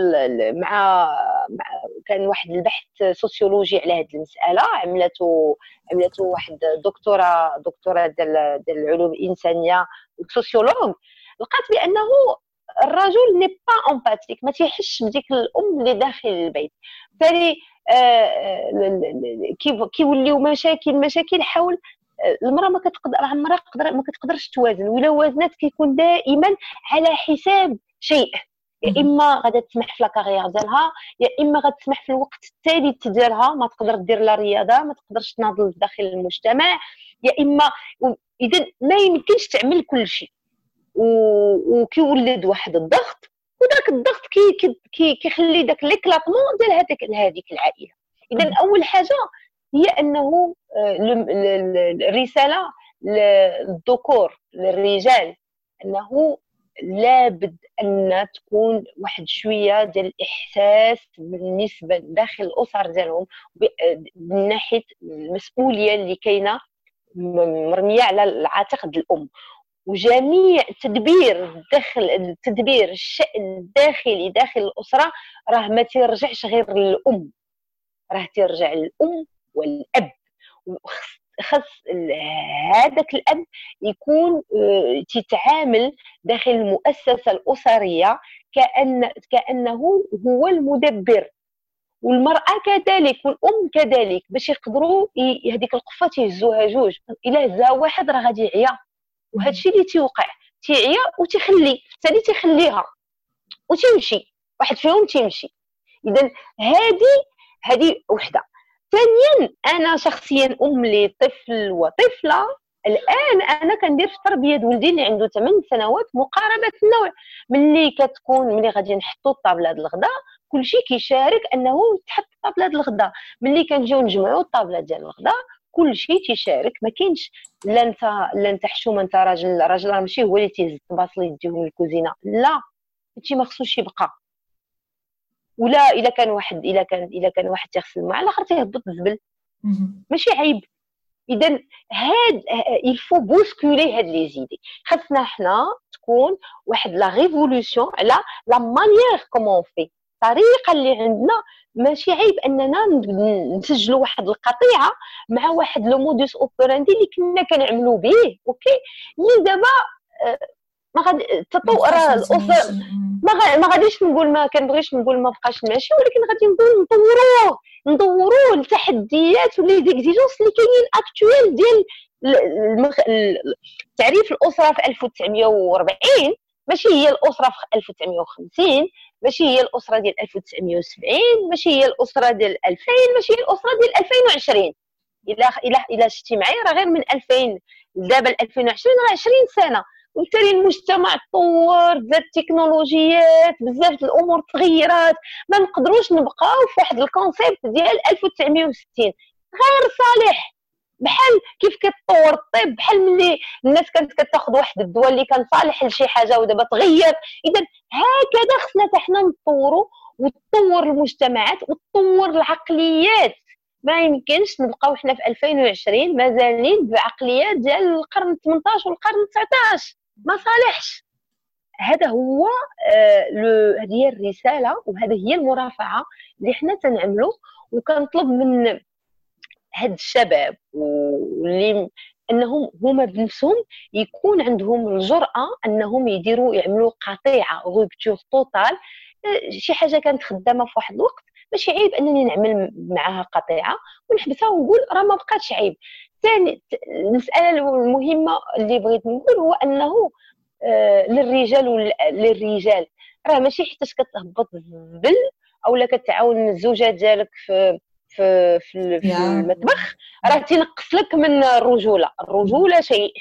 S2: مع كان واحد البحث سوسيولوجي على هذه المساله عملته واحد دكتوره ديال العلوم الانسانيه وسوسيولوج، لقات بانه الرجل ني با امباتيك، ما تيحش بديك الام اللي داخل البيت. بالتالي كيوليو مشاكل حول المراه. ما كتقدرش توازن، ولا وازنات كيكون دائما على حساب شيء. يا اما غادا تسمح في لاكارير ديالها، يا اما غتسمح في الوقت الثالث ديالها ما تقدر دير لا رياضه، ما تقدرش تناضل داخل المجتمع، يا اما اذا ما يمكنش تعمل كل شيء. وكيولد واحد الضغط، وداك الضغط كيخلي داك ليكلاطمون ديال هذيك العائله. اذا اول حاجه هي انه الرساله للذكور للرجال انه لابد ان تكون واحد شويه ديال الاحساس بالنسبه داخل الاسر ديالهم من ناحيه المسؤوليه اللي كاينه مرميه على العاتق ديال الام. وجميع تدبير الشأن الداخلي داخل الأسرة راه ما تيرجعش غير للأم، راه تيرجع للأم والأب. خص هذاك الأب يكون تتعامل داخل المؤسسة الأسرية كأنه هو المدبر، والمرأة كذلك والأم كذلك، باش يقدروا هذيك القفة تيهزوها جوج. إلا هزها واحد راه غادي يعيا، وهذا الشيء اللي تيوقع تيعيا وتيخلي الثاني تيخليها وتمشي، واحد فيهم تيمشي. اذا هذه وحده. ثانيا انا شخصيا ام لطفل وطفله، الان انا كندير في تربيه ولدي اللي عنده 8 سنوات مقاربه النوع. ملي غادي نحطوا الطابله ديال الغداء كلشي كيشارك انه تحط الطابله ديال الغداء. ملي كنجيو نجمعوا الطابله ديال الغداء كلشي تيشارك. ما كاينش لا انت حشومه انت راجل راه ماشي هو اللي تيهز الطباصل يديهم للكوزينه، لا هادشي ما خصوش يبقى. ولا الا كان واحد تيغسل مع الاخر تيهبط الزبل، ماشي عيب. اذا هاد يلفو بوسكولي هاد لي زيدي. خاصنا حنا تكون واحد لا ريفولوسيون على لا مانيير كومون في الطريقه اللي عندنا. ماشي عيب اننا نسجلوا واحد القطيعه مع واحد لو مودوس اوبراندي اللي كنا كنعملوا به، اوكي، اللي دابا ما غادي التطور الاسر ما غاديش نقول، ما كنبغيش نقول ما بقاش ماشي، ولكن غادي نقول ندوروه التحديات ولي زيكزيجونس اللي كاينين اكطويل ديال تعريف الاسره في 1940 ماشي هي الاسره في 1950، ماشي هي الاسره ديال 1970، ماشي هي الاسره ديال 2000، ماشي هي الاسره ديال 2020. الى شتي معايا راه غير من 2000 دابا ل 2020 راه 20 سنه، وبالتالي المجتمع تطور، زاد التكنولوجيات، بزاف الامور تغيرات. ما نقدروش نبقاو في واحد الكونسيبت ديال 1960 غير صالح. بحال كيف كتطور الطب، بحال ملي الناس كانت كتاخذ واحد الدواء اللي كان صالح لشي حاجه ودابا تغير. اذا هكذا خصنا حتى حنا نتطوروا، وتطور المجتمعات وتطور العقليات. ما يمكنش نبقاو حنا في 2020 مازالين بعقليات ديال القرن 18 والقرن 19، ما صالحش. هذا هو هذه هي الرساله وهذه هي المرافعه اللي حنا تنعملوا. وكنطلب من هاد الشباب واللي انهم هما بنفسهم يكون عندهم الجرأه انهم يعملوا قطيعه روبتور توتال. شي حاجه كانت خدامه في واحد الوقت ماشي عيب انني نعمل معها قطيعه ونحبسها ونقول راه ما بقاتش عيب. ثاني المساله المهمه اللي بغيت نقول هو انه للرجال راه ماشي حيتاش كتهبط الزبل اولا كتعاون الزوجه ديالك في المطبخ راه تنقص لك من الرجوله شيء.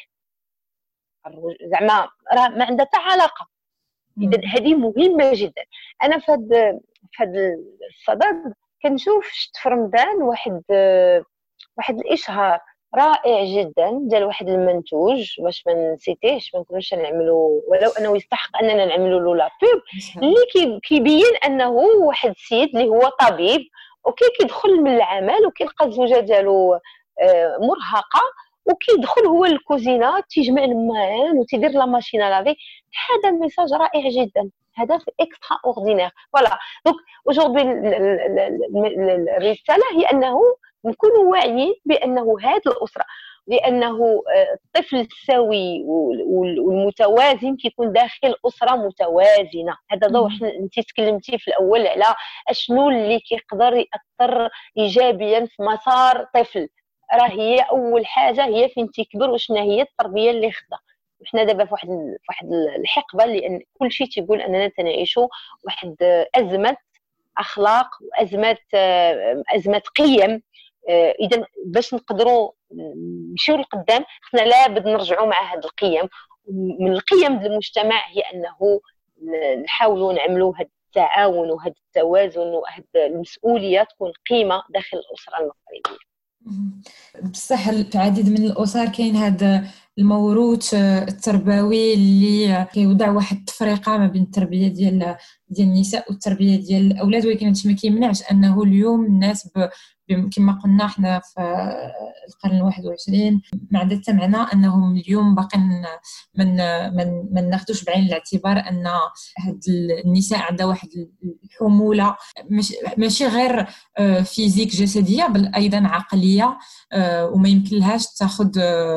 S2: زعما راه ما عندها حتى علاقه. اذا هذه مهمه جدا. انا في هذا الصدد كنشوف شفت في رمضان واحد الاشهار رائع جدا ديال واحد المنتوج، باش ما نسيتيهش ما نكونوش نعملوا ولو انه يستحق اننا نعملوا له لا بوب، اللي كيبين انه واحد السيد اللي هو طبيب اوكي كيدخل من العمل وكيلقى الزوجه ديالو مرهقه وكيدخل هو الكوزينه تيجمع الماعن وتيدير لا ماشين لافي. هذا الميساج رائع جدا، هدف اكسترا اوردينير. فوالا دونك اوجوردي الرساله هي انه نكونوا واعيين بانه هذه الاسره، لانه الطفل السوي والمتوازن كيكون داخل اسره متوازنه. هذا دور انت تكلمتي في الاول على اشنو اللي كيقدر ياثر ايجابيا في مسار طفل. راه هي اول حاجه هي فين تيكبر وشنا هي التربيه اللي خدا. وحنا دابا في واحد الحقبه لان كل شيء تيقول اننا تنعيشوا واحد ازمه اخلاق وازمه قيم. اذا باش نقدروا نمشيو لقدام خصنا لابد نرجعوا مع هذه القيم. من القيم المجتمع هي انه نحاولوا نعملوا هذا التعاون وهذا التوازن وهذه المسؤوليه تكون قيمه داخل الاسره المغربيه.
S1: بصح في العديد من الاسر كاين هذا الموروث التربوي اللي كيوضع واحد التفرقه ما بين التربيه ديال النساء والتربيه ديال الاولاد، ولكن هادشي ما كيمنعش انه اليوم الناس كما قلنا حنا في القرن 21 ما عندها حتى معنى انهم اليوم باقين من ناخذوش بعين الاعتبار ان هاد النساء عندها واحد الحموله ماشي غير فيزيك جسديه بل ايضا عقليه، وما يمكنلهاش تاخذ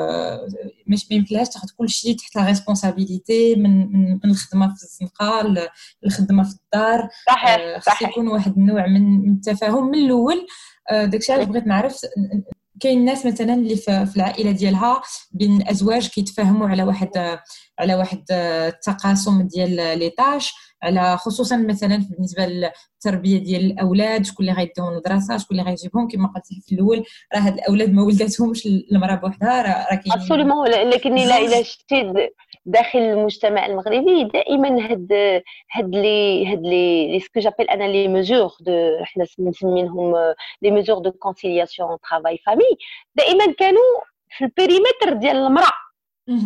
S1: كل شيء تحت لا ريسبونسابيلتي من الخدمه في الزنقه الخدمه في الدار. خص يكون واحد النوع من التفاهم من الاول. داكشي علاش بغيت نعرف كاين ناس مثلا اللي في العائله ديالها بين ازواج كيتفاهموا على واحد التقاسم ديال لي طاش، على خصوصا مثلا بالنسبه للتربيه ديال الاولاد، شكون اللي غيديهم المدرسه شكون اللي غيجيبهم. كما قلت في الاول راه هاد الاولاد ما ولداتهمش المراه بوحدها، راه كاين
S2: ابسوليومون. لكن الا شتي داخل المجتمع المغربي دائما هاد لي سكو جابيل انا لي ميزور دو حنا نسميهم لي ميزور دو كونسيلياسيون طرافاي فامي دائما كانوا في البيريمتر ديال المراه.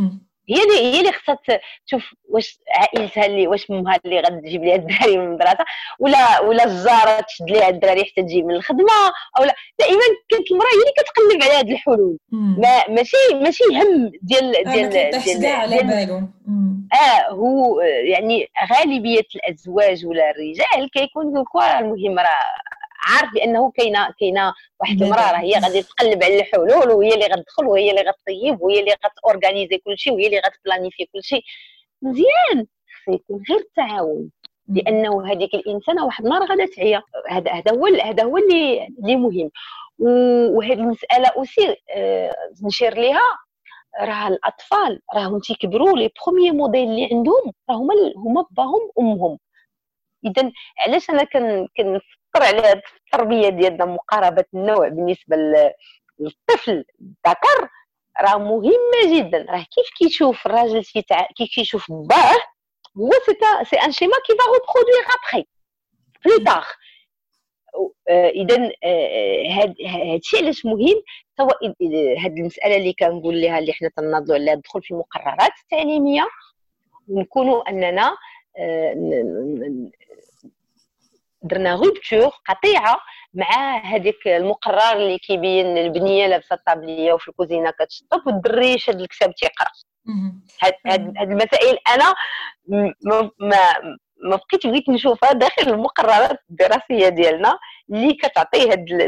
S2: هي اللي خصها تشوف واش عائلتها اللي واش امها اللي غتجيب ليها الدراري من المدرسه، ولا الجاره تشد ليها الدراري حتى تجي من الخدمه، او لا. دائما كانت المراه هي اللي كتقلب على هذه الحلول. ماشي هم
S1: ديال على بالهم.
S2: هو يعني غالبيه الازواج ولا الرجال كيكون الكره المهم راه عارف بانه كاينه واحد المراه راه هي غادي تقلب على الحلول، وهي اللي غتدخل، وهي اللي غطيب، وهي اللي غتورغانيزي كلشي، وهي اللي غتبلانيفي كلشي. مزيان خصو يكون غير التعاون، لانه هذيك الانسانه واحد النهار غادا تعيا. هذا هو اللي مهم. وهذه المساله اوسي نشير ليها، راه الاطفال راهم تيكبروا لي بروميي موديل اللي عندهم راه هما باهم امهم. اذا علاش انا كنفكر على هذه التربيه ديالنا، مقاربه النوع بالنسبه للطفل الذكر راه مهمه جدا. راه كيف كيشوف الراجل كيف كيشوف باه، هو سي ان شيما كي فا ريبرودوير ابري بلو تار. اذا هادشي علاش مهم، سواء هاد المساله اللي كنقول لها اللي حنا تناضلوا عليها الدخول في المقررات التعليميه، ونكونوا اننا درنا روبتور قطيعه مع هذيك المقرر اللي كيبين البنيه لابسه الطابليه وفي الكوزينه كتشطب والدري شاد الكتاب تيقرا. هاد المسائل انا ما بغيت نشوفها داخل المقررات الدراسيه ديالنا اللي كتعطي هاد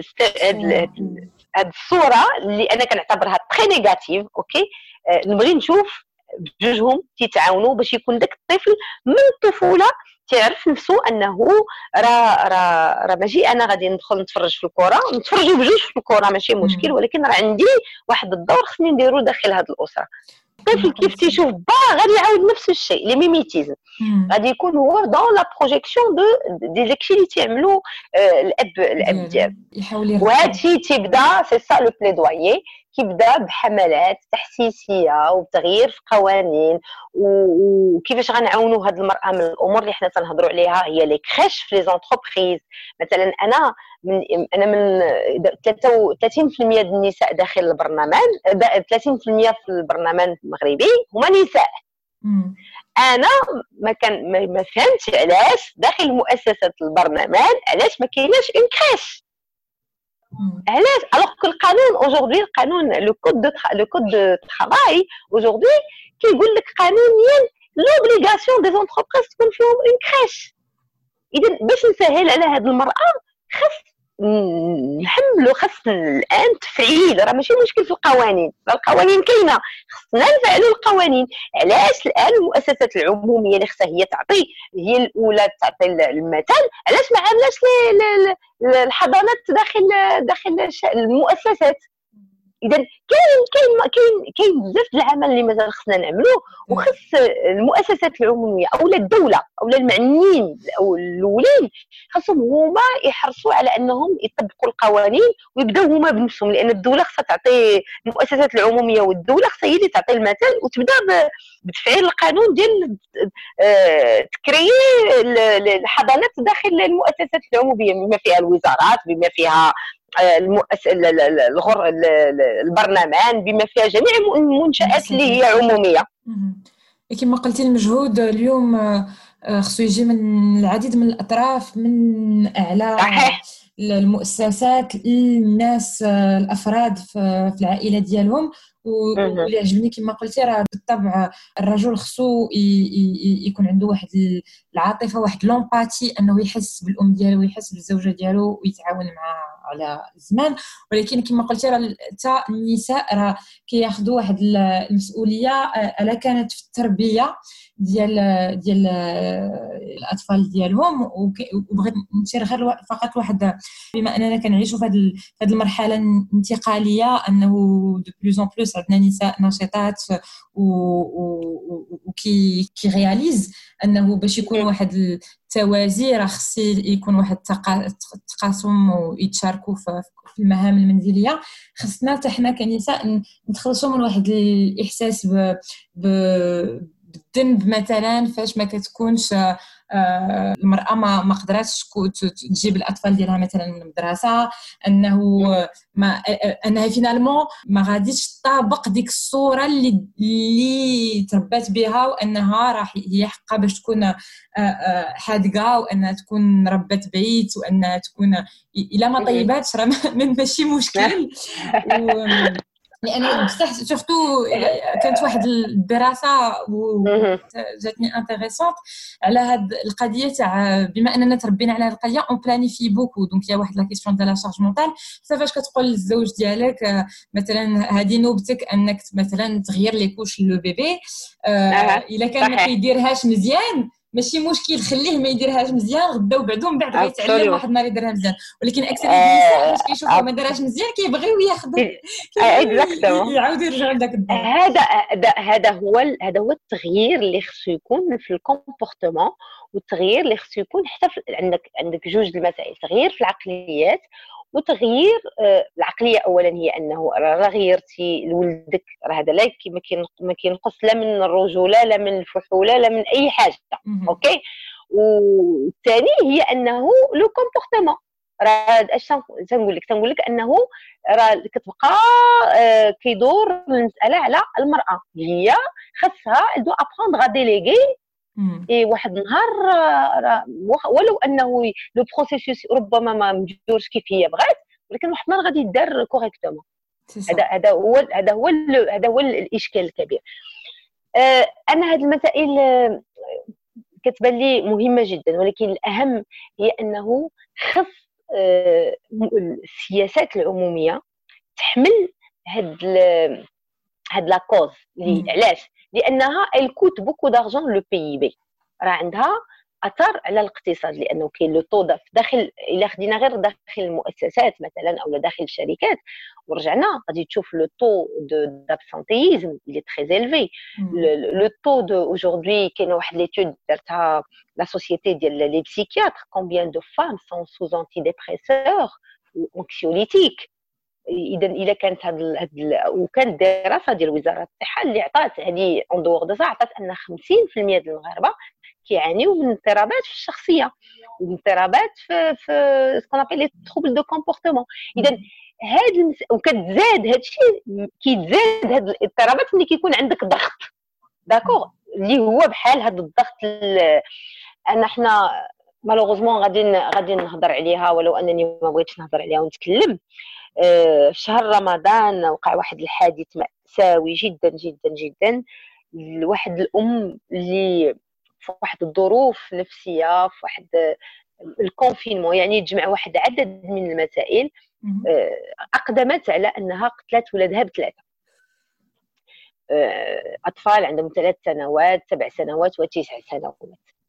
S2: الصوره اللي انا كنعتبرها تري نيجاتيف. اوكي، نبغي نشوف بجوجهم تيتعاونوا باش يكون داك الطفل من الطفوله تعرف نفسه انه راه ماشي انا غادي ندخل نتفرج في الكره، نتفرجوا بجوج في الكره ماشي مشكل، ولكن راه عندي واحد الدور خصني نديرو داخل هذه الاسره. الطفل كيف تيشوف غادي يعاود نفس الشيء، لي ميميتيزم غادي يكون هو دون لا بروجيكسيون دي داكشي اللي تيعملوا الاب ديالو. وهذا الشيء تيبدا سي سا لو بليدويي، كيبدا بحملات تحسيسيه وتغيير في قوانين، وكيفاش غنعاونوا هذه المراه من الامور اللي حنا تنهضروا عليها هي لي كريش في لي زونتربريز. مثلا انا من 30% ديال النساء داخل البرلمان، 30% في البرلمان المغربي هما نساء. انا ما فهمتش علاش داخل مؤسسه البرلمان علاش ما كايناش اون كريش. علاش الوغ كو القانون اوجوردي، القانون لو كود دو ترافاي اوجوردي كيقول لك قانونيا لوبليغاسيون دي زونتربريز تكون فيهم اون كريش. اذا باش نسهل على هذه المراه خاص نحملوا، خاص الان تفعيل. راه ماشي مشكل في القوانين، القوانين كاينه، خصنا نفعلوا القوانين. علاش الان المؤسسات العموميه اللي خصها هي تعطي، هي الاولى تعطي المثل، علاش ما عاملاش الحضانات داخل المؤسسات؟ اذا كاين بزاف د العمل اللي مازال خصنا نعملوه، وخص المؤسسات العموميه او الدوله او المعنيين او الاولين خاصهم هما يحرصوا على انهم يطبقوا القوانين ويبداو هما بنفسهم، لان الدوله خصها تعطي، المؤسسات العموميه والدوله خصها هي اللي تعطي المثل وتبدا بتفعيل القانون ديال تكري الحضانات داخل المؤسسات العموميه بما فيها الوزارات، بما فيها البرلمان، بما فيها جميع المنشآت اللي هي عمومية.
S1: كما قلتي المجهود اليوم خصو يجي من العديد من الأطراف، من أعلى المؤسسات، الناس الأفراد في العائلة ديالهم. واللي عجبني كما قلتي راه بالطبع الرجل خصو يكون عنده واحد العاطفه، واحد لومباتي، انه يحس بالام ديالو ويحس بالزوجه ديالو ويتعاون معها على الزمان. ولكن كما قلتي راه حتى النساء راه كياخذوا واحد المسؤوليه، الا كانت في التربيه ديال الاطفال ديالهم. وبغيت نشير غير فقط واحد، بما اننا كنعيشوا في هذه المرحله الانتقاليه، انه دو بلوز اون بلوس عندنا نساء ناشطات وكي رياليز انه باش يكون واحد التوازي راه خص يكون واحد التقاسم ويتشاركوا في المهام المنزليه. خصنا حتى حنا كنساء نتخلصوا من واحد الاحساس بالذنب مثلا فاش ما كتكونش المرأة ما قدراتش تجيب الأطفال ديالها مثلا من المدرسة، أنها فينالمون ما غاديش تطابق ديك الصورة اللي تربات بها، وأنها راح هي حقا باش تكون حادقة، وأنها تكون ربات بيت، وأنها تكون إلا ما طيباتش راه ماشي مشكل. لان بصح سورتو كانت واحد الدراسه جاتني انتريسونت على هاد القضيه تاع بما اننا تربينا على هاد القضيه اون بلانيفي بوكو. دونك هي واحد لا كيسيون ديال لا شارج مونطال. فاش كتقول للزوج ديالك مثلا هذه نوبتك انك مثلا تغير لي كوش لو بيبي، الا كان ما كيديرهاش مزيان ماشي مشكل، خليه ما يديرهاش مزيان، غدا وبعدو من بعد غيتعلم واحد النهار يديرها مزيان. ولكن اكثر النساء فاش كيشوفوا ما دارهاش مزيان كيبغيو ياخذوا يعاودوا يرجعوا لذاك الدار.
S2: هذا هو التغيير اللي خصو يكون في الكومبورتمون، والتغيير اللي خصو يكون حتى عندك جوج المسائل: تغيير في العقليات وتغيير العقليه. اولا هي انه راه غيرتي لولدك، راه هذا لا ما كينقص لا من الرجوله لا من الفحوله لا من اي حاجه. اوكي. والثاني هي انه لو كومبورتمون، راه اش تنقول لك انه راه كتبقى كيدور المساله على المراه، هي خاصها دو ابروندر ا ديليغي. اي واحد النهار ولو انه لو بروسيسوس ربما ما مجورش كيف هي بغات، ولكن واحد النهار غادي يدار كوريكتومون. هذا هو الاشكال الكبير. انا هذه المسائل كتبان لي مهمه جدا، ولكن الاهم هي انه خص السياسات العموميه تحمل هاد لا كوز. علاش؟ لانها الكوت بوكو دارجون لو بي بي، راه عندها اثر على الاقتصاد، لانه كاين لو طو داخل. الا خدينا غير داخل المؤسسات مثلا او داخل الشركات ورجعنا غادي تشوف لو طو دابسونتيزم اللي تري إلفي. لو طو دو اوجوردي كاين واحد ليتود دارتها لا سوسيتي ديال لي بسيكياتر: كومبيان دو فام سون سوز انتي ديبريسور و انكسيوليتيك. اذا كانت وكانت دراسه ديال وزاره الصحه اللي عطات هذه اون دور دو عطات ان 50% ديال المغاربه كيعانيو من اضطرابات في الشخصيه واضطرابات في سكون ابل لي تروبل دو كومبورتمون. اذا وكتزاد هذا الشيء، كيتزاد هاد الاضطرابات ملي كيكون عندك ضغط، داكور، اللي هو بحال هذا الضغط. حنا مالوغوزمون غادي نهضر عليها، ولو انني ما بغيتش نهضر عليها ونتكلم. في شهر رمضان وقع واحد الحادث مأساوي جدا جدا جدا لواحد الام اللي في واحد الظروف نفسيه، في واحد الكونفينمون، يعني تجمع واحد عدد من المسائل، اقدمت على انها قتلت ولادها بثلاثه. اطفال عندهم 3 سنوات 7 سنوات و9 سنوات.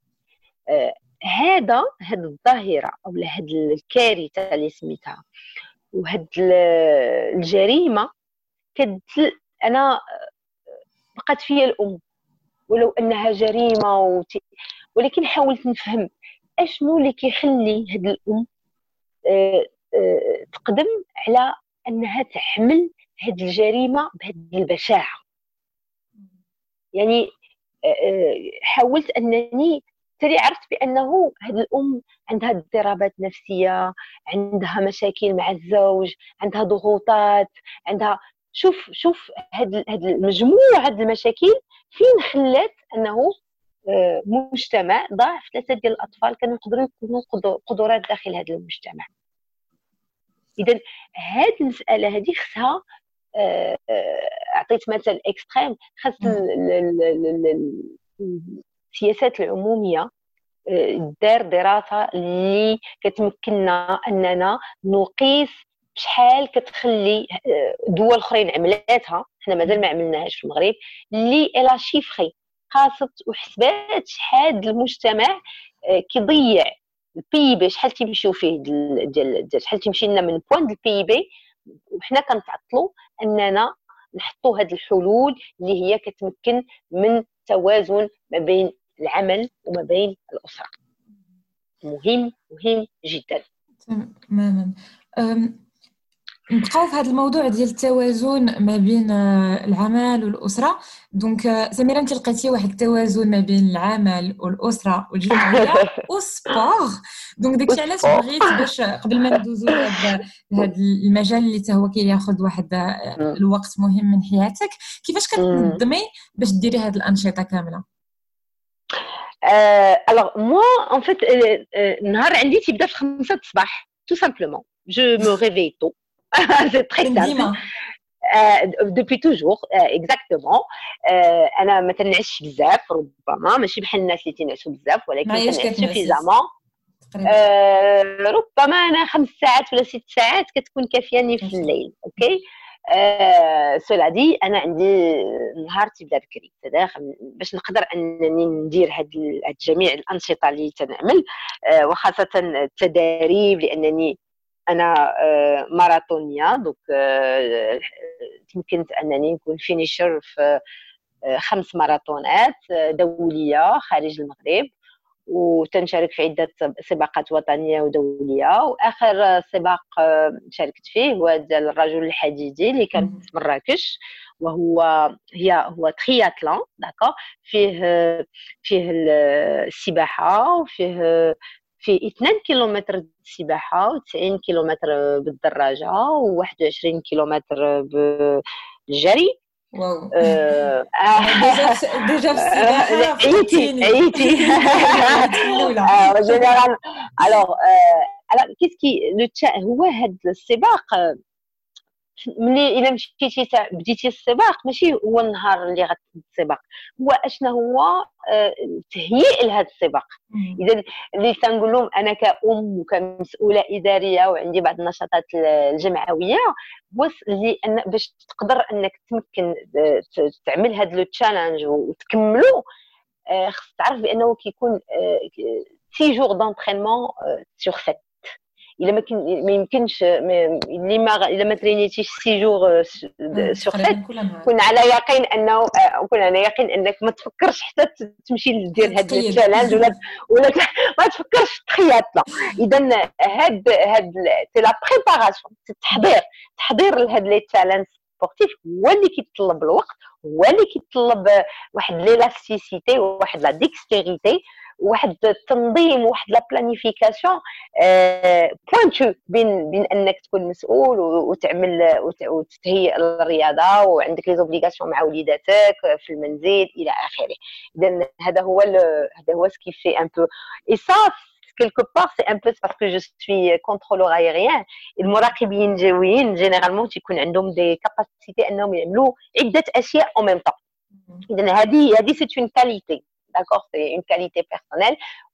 S2: هذه الظاهره او هذه الكارثه اللي سميتها وهاد الجريمه انا بقات فيا الام، ولو انها جريمه ولكن حاولت نفهم اشنو اللي كيخلي هاد الام تقدم على انها تحمل هاد الجريمه بهاد البشاعه. يعني حاولت انني تري عرفت بانه هاد الام عندها اضطرابات نفسيه، عندها مشاكل مع الزوج، عندها ضغوطات، عندها شوف هاد المجموعه هاد المشاكل فين خلات انه مجتمع ضاعف 3 ديال الاطفال كانوا يقدروا يكونوا قدرات داخل هذا المجتمع. اذا هاد المساله هذه خصها عطيت مثل اكستريم، خاص السياسات العموميه دار دراسه اللي كتمكننا اننا نقيس شحال كتخلي دول اخرين عملاتها، حنا مازال ما عملناهاش في المغرب، اللي الا شيفري قاست وحسبات شحال المجتمع كيضيع البي بي، شحال تيمشيو فيه ديال شحال تيمشي لنا من بوين البي بي، وحنا كنتعطلوا اننا نحطوا هذه الحلول اللي هي كتمكن من توازن ما بين العمل وما بين الاسره. مهم جدا.
S1: تماما. نبقاو في هذا الموضوع ديال التوازن ما بين العمل والاسره. دونك سميرة، انت لقيتي واحد التوازن ما بين العمل والاسره والجمعيه والسبور. دونك داكشي علاش بغيت، باش قبل ما ندوزو لهذا المجال اللي حتى هو كياخذ واحد الوقت مهم من حياتك، كيفاش كتنظمي باش ديري هذه الانشطه كامله؟
S2: alors moi en fait النهار عندي تيبدا في 5 الصباح tout simplement je me réveille tôt. c'est très simple depuis toujours exactement. انا ما تنعسش بزاف، ربما ماشي بحال الناس اللي تنعسوا بزاف، ولكن تنعس suffisamment. ربما انا 5 ساعات ولا 6 ساعات كتكون كافياني في الليل. اوكي. سولا دي انا عندي النهار تيبدا بكري باش نقدر انني ندير هاد جميع الانشطه اللي تنعمل، وخاصه التدريب، لانني انا ماراثونيه. دونك تمكنت انني نكون فينيشر في 5 ماراثونات دوليه خارج المغرب، وتنشارك في عدة سباقات وطنية ودولية. وآخر سباق شاركت فيه هو ديال الرجل الحديدي اللي كان في مراكش، هو ترياتلون. داكو فيه السباحة، وفيه 2 كيلومتر سباحة، و90 كيلومتر بالدراجة، و21 كيلومتر بالجري.
S1: واو. ديجا في السباحه
S2: عييتي جينيرال. الوغ كيسكي هو هذا السباق، ملي الا مشيتي بديتي السباق ماشي هو النهار اللي غتبدا السباق، هو اشنا هو تهيئ لهذا السباق. اذا اللي تنقول لهم انا كأم وكمسؤوله اداريه وعندي بعض النشاطات الجمعويه، هو اللي باش تقدر انك تمكن تعمل هذا لو تشالنج وتكملو، خصك تعرف بانه كيكون 6 جور دونطرينمون سور 7. الا ما يمكنش الا ما ترينيتيش 6 جور سور 7 كون على يقين انك ما تفكرش حتى تمشي دير هاد التشالنج ولا ما تفكرش تخياطلا. اذا هاد سي لا بريباراسيون، التحضير لهاد لي تشالنج سبورتيف هو اللي كيتطلب الوقت، هو اللي كيتطلب واحد ليلاستيسيتي، واحد لا ديكستيريتي، واحد التنظيم، واحد لا بلانيفيكاسيون بوينتو بين انك تكون مسؤول وتعمل وتهيئ الرياضه، وعندك لي زوبليغاسيون مع وليداتك في المنزل الى اخره. اذا هذا هو سكي في ان بو اي سا quelque part c'est un peu parce que je suis contrôleur aérien. المراقبين جويين جينيرالمون تيكون عندهم دي كاباسيتي انهم يعملوا عده اشياء en même temps. اذا هذه c'est une qualité. D'accord, c'est une qualité personnelle.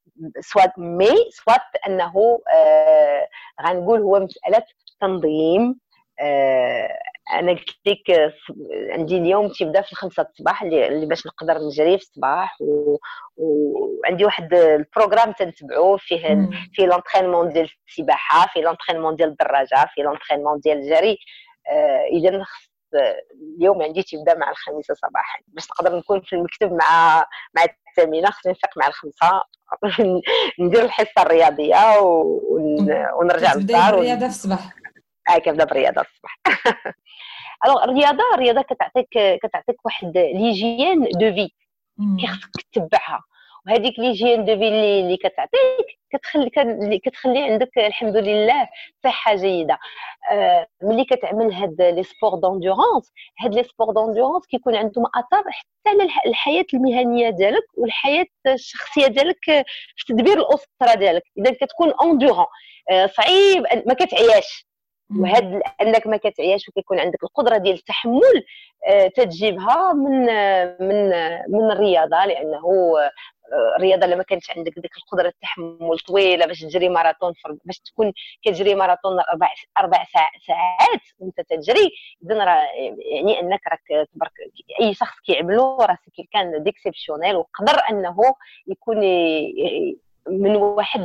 S2: soit انه غنقول هو مساله تنظيم. انا قلت لك عندي اليوم تيبدا في 5 الصباح اللي باش نقدر نجري في الصباح، وعندي واحد البروغرام تنتبعوه فيه لونطرينمون ديال السباحه، فيه لونطرينمون ديال الدراجه، فيه لونطرينمون ديال الجري. اذا اليوم عندي تيبدا مع 5 صباحا باش نقدر نكون في المكتب مع الثامنه. خصني نفيق مع 5 ندير الحصه الرياضيه ونرجع للدار.
S1: الرياضه في الصباح
S2: كنبدا بالرياضه في الصباح. الوغ الرياضه كتعطيك واحد ليجيان دو في كيخصك تتبعها، وهذيك ليجيان دو في اللي كتعطيك كتخلي عندك الحمد لله صحه جيده. ملي كتعمل هاد لي سبور دوندورانس، هاد لي سبور دوندورانس كيكون عندهم اثر حتى على الحياه المهنيه ديالك والحياه الشخصيه ديالك في تدبير الاسره ديالك. اذا كتكون اوندورون صعيب ما كتعياش، وهاد انك ما كتعياش وكيكون عندك القدره ديال التحمل تتجيبها من الرياضه. لانه الرياضه لما كانت عندك ديك القدره التحمل طويله باش تجري ماراثون، باش تكون كتجري ماراثون 4 ساعات وانت تجري، اذا راه يعني انك راك تبارك اي شخص كيعملو راه كان ديكسيبسيونيل، وقدر انه يكون من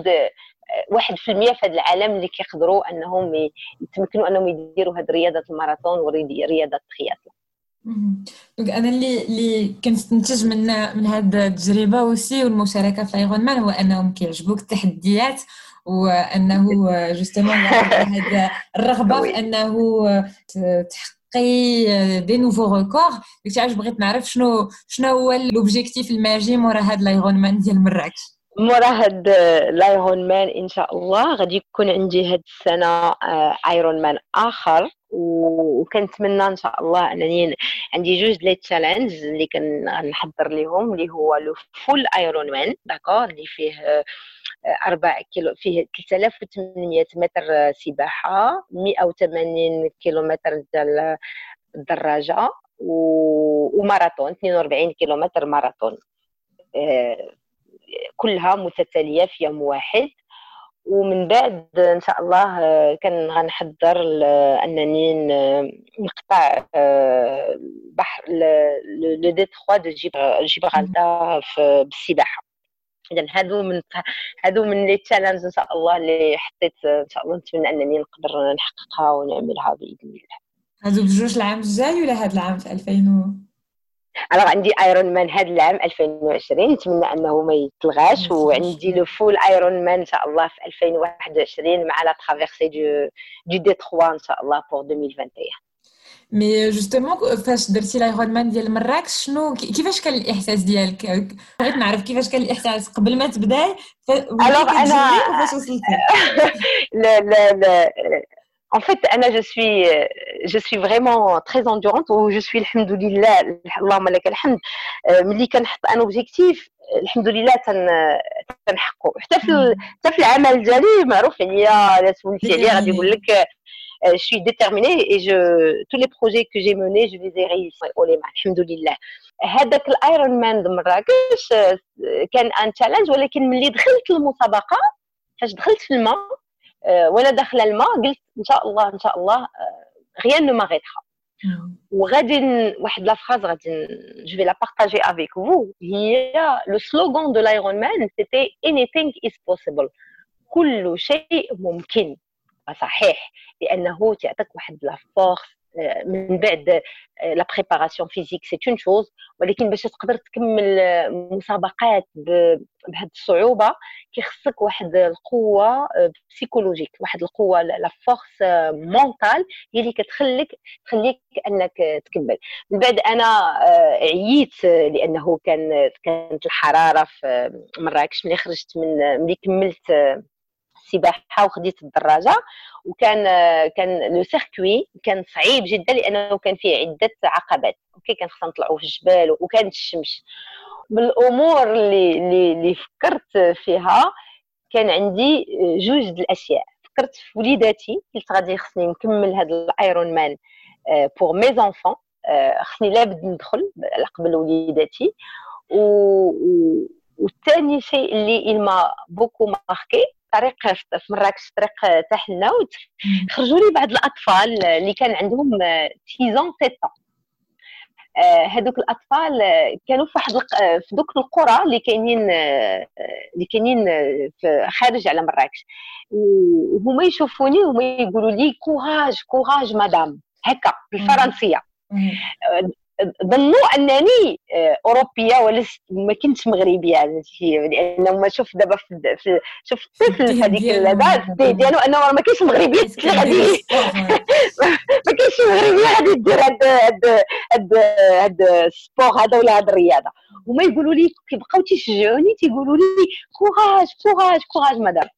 S2: 1% في هذا العالم اللي كيقدروا انهم يتمكنوا انهم يديروا هذه رياضه الماراثون ورياضه الترياتلون.
S1: دونك انا اللي كنستنتج من هذه التجربه والمشاركه في ايرون مان هو انهم كيعجبوك التحديات وانه جوستومون يعطيك هذا الرغبه في انه تحققي دي نوفو ريكور. داكشي علاش بغيت نعرف شنو هو لوبجيكتيف الماجي مورا هاد لايرون مان ديال مراكش.
S2: مورا هاد لايرون مان ان شاء الله غادي يكون عندي هاد السنه ايرون مان اخر، وكنتمنى ان شاء الله انني عندي جوج لي تشالنج اللي كنحضر ليهم، اللي هو لو فول ايرون مان داكور اللي فيه 4 كيلو، فيه 3800 متر سباحه، 180 كيلومتر ديال الدراجه، وماراثون 42 كيلومتر ماراثون، كلها متتاليه في يوم واحد. ومن بعد ان شاء الله كان غنحضر انني نقطع البحر لو دي 3 دو جيبرالتار بالسباحه. اذا هادو من لي تشالنج ان شاء الله اللي حطيت ان شاء الله، نتمنى انني نقدر نحققها ونعملها باذن الله.
S1: هادو بجوج العام الجاي ولا هاد العام في 2000
S2: انا عندي ايرون مان هذا العام 2020 نتمنى انه ما يتلغاش، وعندي لو فول ايرون مان ان شاء الله في 2021 مع لا ترافيرسي دو دي 3 ان شاء الله بور 2021.
S1: مي جوستومون فاش درتي لايرون مان ديال مراكش كيفاش كان الاحساس ديالك؟ بغيت نعرف كيفاش كان الاحساس قبل ما تبداي
S2: انا
S1: وفاش وصلتي.
S2: لا لا لا En fait, Anna, je suis vraiment très endurante, ou je suis, alhamdoulilah, Allahumma lak alhamd, ملي كنحط ان اوبجيكتيف الحمد لله تنحققه. حتى في العمل ديالي معروف عليا، لا سولتي عليا غادي نقول لك je suis déterminée et tous les projets que j'ai menés je les ai réussis الحمد لله. هذاك الايرون مان مراكش كان ان تشالنج، ولكن ملي دخلت المسابقه، فاش دخلت في الماء وانا داخله الماء قلت ان شاء الله rien ne m'arrêtera. وغادي واحد لا فراز غادي je vais la partager avec vous، هي le slogan de l'Ironman c'était anything is possible، كل شيء ممكن. صحيح، لانه تعطيك واحد لا فورس من بعد لا بريباراسيون فيزيك سي اون شوز، ولكن باش تقدر تكمل مسابقات بهذه الصعوبه كيخصك واحد القوه بسيكولوجيك، واحد القوه لا فورس مونطال هي اللي كتخليك انك تكمل. من بعد انا عييت لانه كانت الحراره في مراكش ملي كملت السباحه وخديت الدراجه، وكان لو سيركوي كان صعيب جدا لانه كان فيه عده عقبات. اوكي، كان خصنا نطلعوا في الجبال وكانت الشمس. من الامور اللي فكرت فيها كان عندي جوج د الاشياء. فكرت في وليداتي، قلت غادي خصني نكمل هذا الايرون مان بور مي زونفون، خصني لابد ندخل قبل وليداتي. والثاني شيء اللي ما بوكو ماركي طريق في مراكش، طريق تاع حناوت، خرجوا لي بعض الاطفال اللي كان عندهم 6 7 هذوك الاطفال كانوا في واحد في دوك القرى اللي كاينين في خارج على مراكش، وهما يشوفوني وهما يقولوا لي كوراج مدام، هكا بالفرنسيه. ظنوا انني اوروبيه ولست، ما كنتش مغربيه، لانه ما شوف دابا شوف الطفل هذيك اللعبه ديالو انه ما كاينش مغربيه اللي غادي ما كاينش مغربيه غادي دير هاد السبور هذا ولا هاد الرياضه. هما يقولوا لي كيبقاو تيشجعوني، تيقولوا لي كوراج مدام.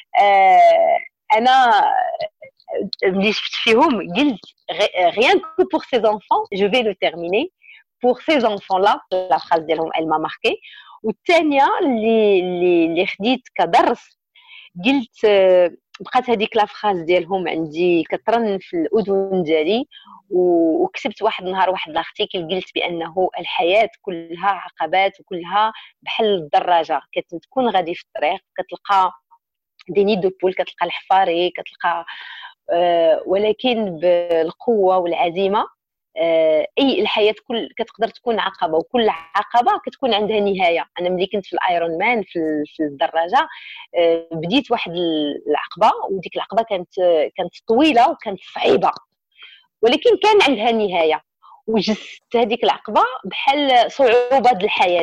S2: انا ملي شفت فيهم قلت rien que pour ces enfants je vais le terminer. pour ces enfants là la phrase ديالهم elle m'a marqué. والثانيه اللي خديت كدرس، قلت بقات هذيك لا فراز ديالهم عندي كترن في الاذن ديالي، وكتبت واحد النهار واحد لاختيكل قلت بانه الحياه كلها عقبات وكلها بحال الدراجه، كتكون غادي في الطريق كتلقى دي نيد دو بول، كتلقى الحفاري، كتلقى ولكن بالقوه والعزيمه اي الحياه كتقدر تكون عقبه، وكل عقبه كتكون عندها نهايه. انا ملي كنت في الايرون مان في الدراجه بديت واحد العقبه، وديك العقبه كانت طويله وكانت صعيبه، ولكن كان عندها نهايه. وجدت هذيك العقبه بحال صعوبه الحياه،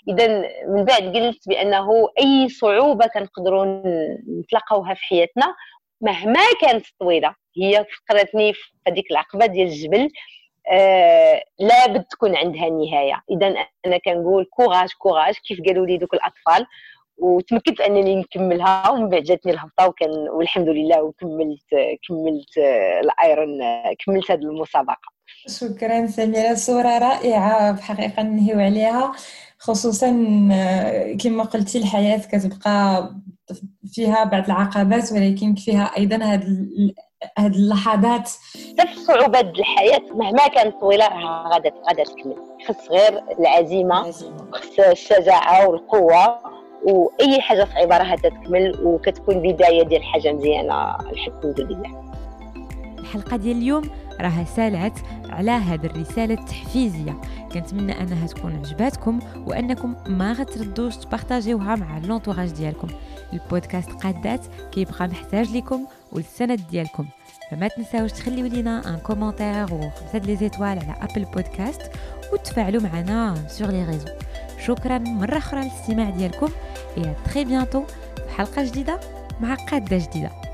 S2: اذا من بعد قلت بانه اي صعوبه كنقدروا نتلاقاوها في حياتنا مهما كانت طويله هي فكرتني في هذيك العقبه ديال الجبل، لابد تكون عندها نهايه. اذا انا كنقول كوراج كوراج كيف قالوا لي دوك الاطفال، وتمكنت انني نكملها ومن بعد جاتني الهبطه والحمد لله كملت الايرون، كملت هذه المسابقه.
S1: شكرا سميرة، صورة رائعة بحقيقة نهيو عليها، خصوصا كما قلتي الحياة كتبقى فيها بعض العقبات ولكن فيها أيضا هاد اللحظات.
S2: بزاف صعوبات الحياة مهما كانت طويلة راه غادا تكمل، خص غير العزيمة، خص الشجاعة والقوة، وأي حاجة صعيبة راه تكمل وكتكون بداية ديال حاجة مزيانة الحمد لله.
S1: الحلقة ديال اليوم راها سالعت على هذه الرسالة التحفيزية، كنتمنى انها تكون عجباتكم وانكم ما غتردوش تبارطاجيوها مع لونطوراج ديالكم. البودكاست قادات كيبقى محتاج لكم وللسند ديالكم، فما تنساوش تخليو لينا ان كومونتير و5 لي زيتوال على ابل بودكاست وتفاعلوا معنا سور لي ريزو. شكرا مرة اخرى للاستماع ديالكم، et à très bientôt في حلقة جديدة مع قادة جديدة.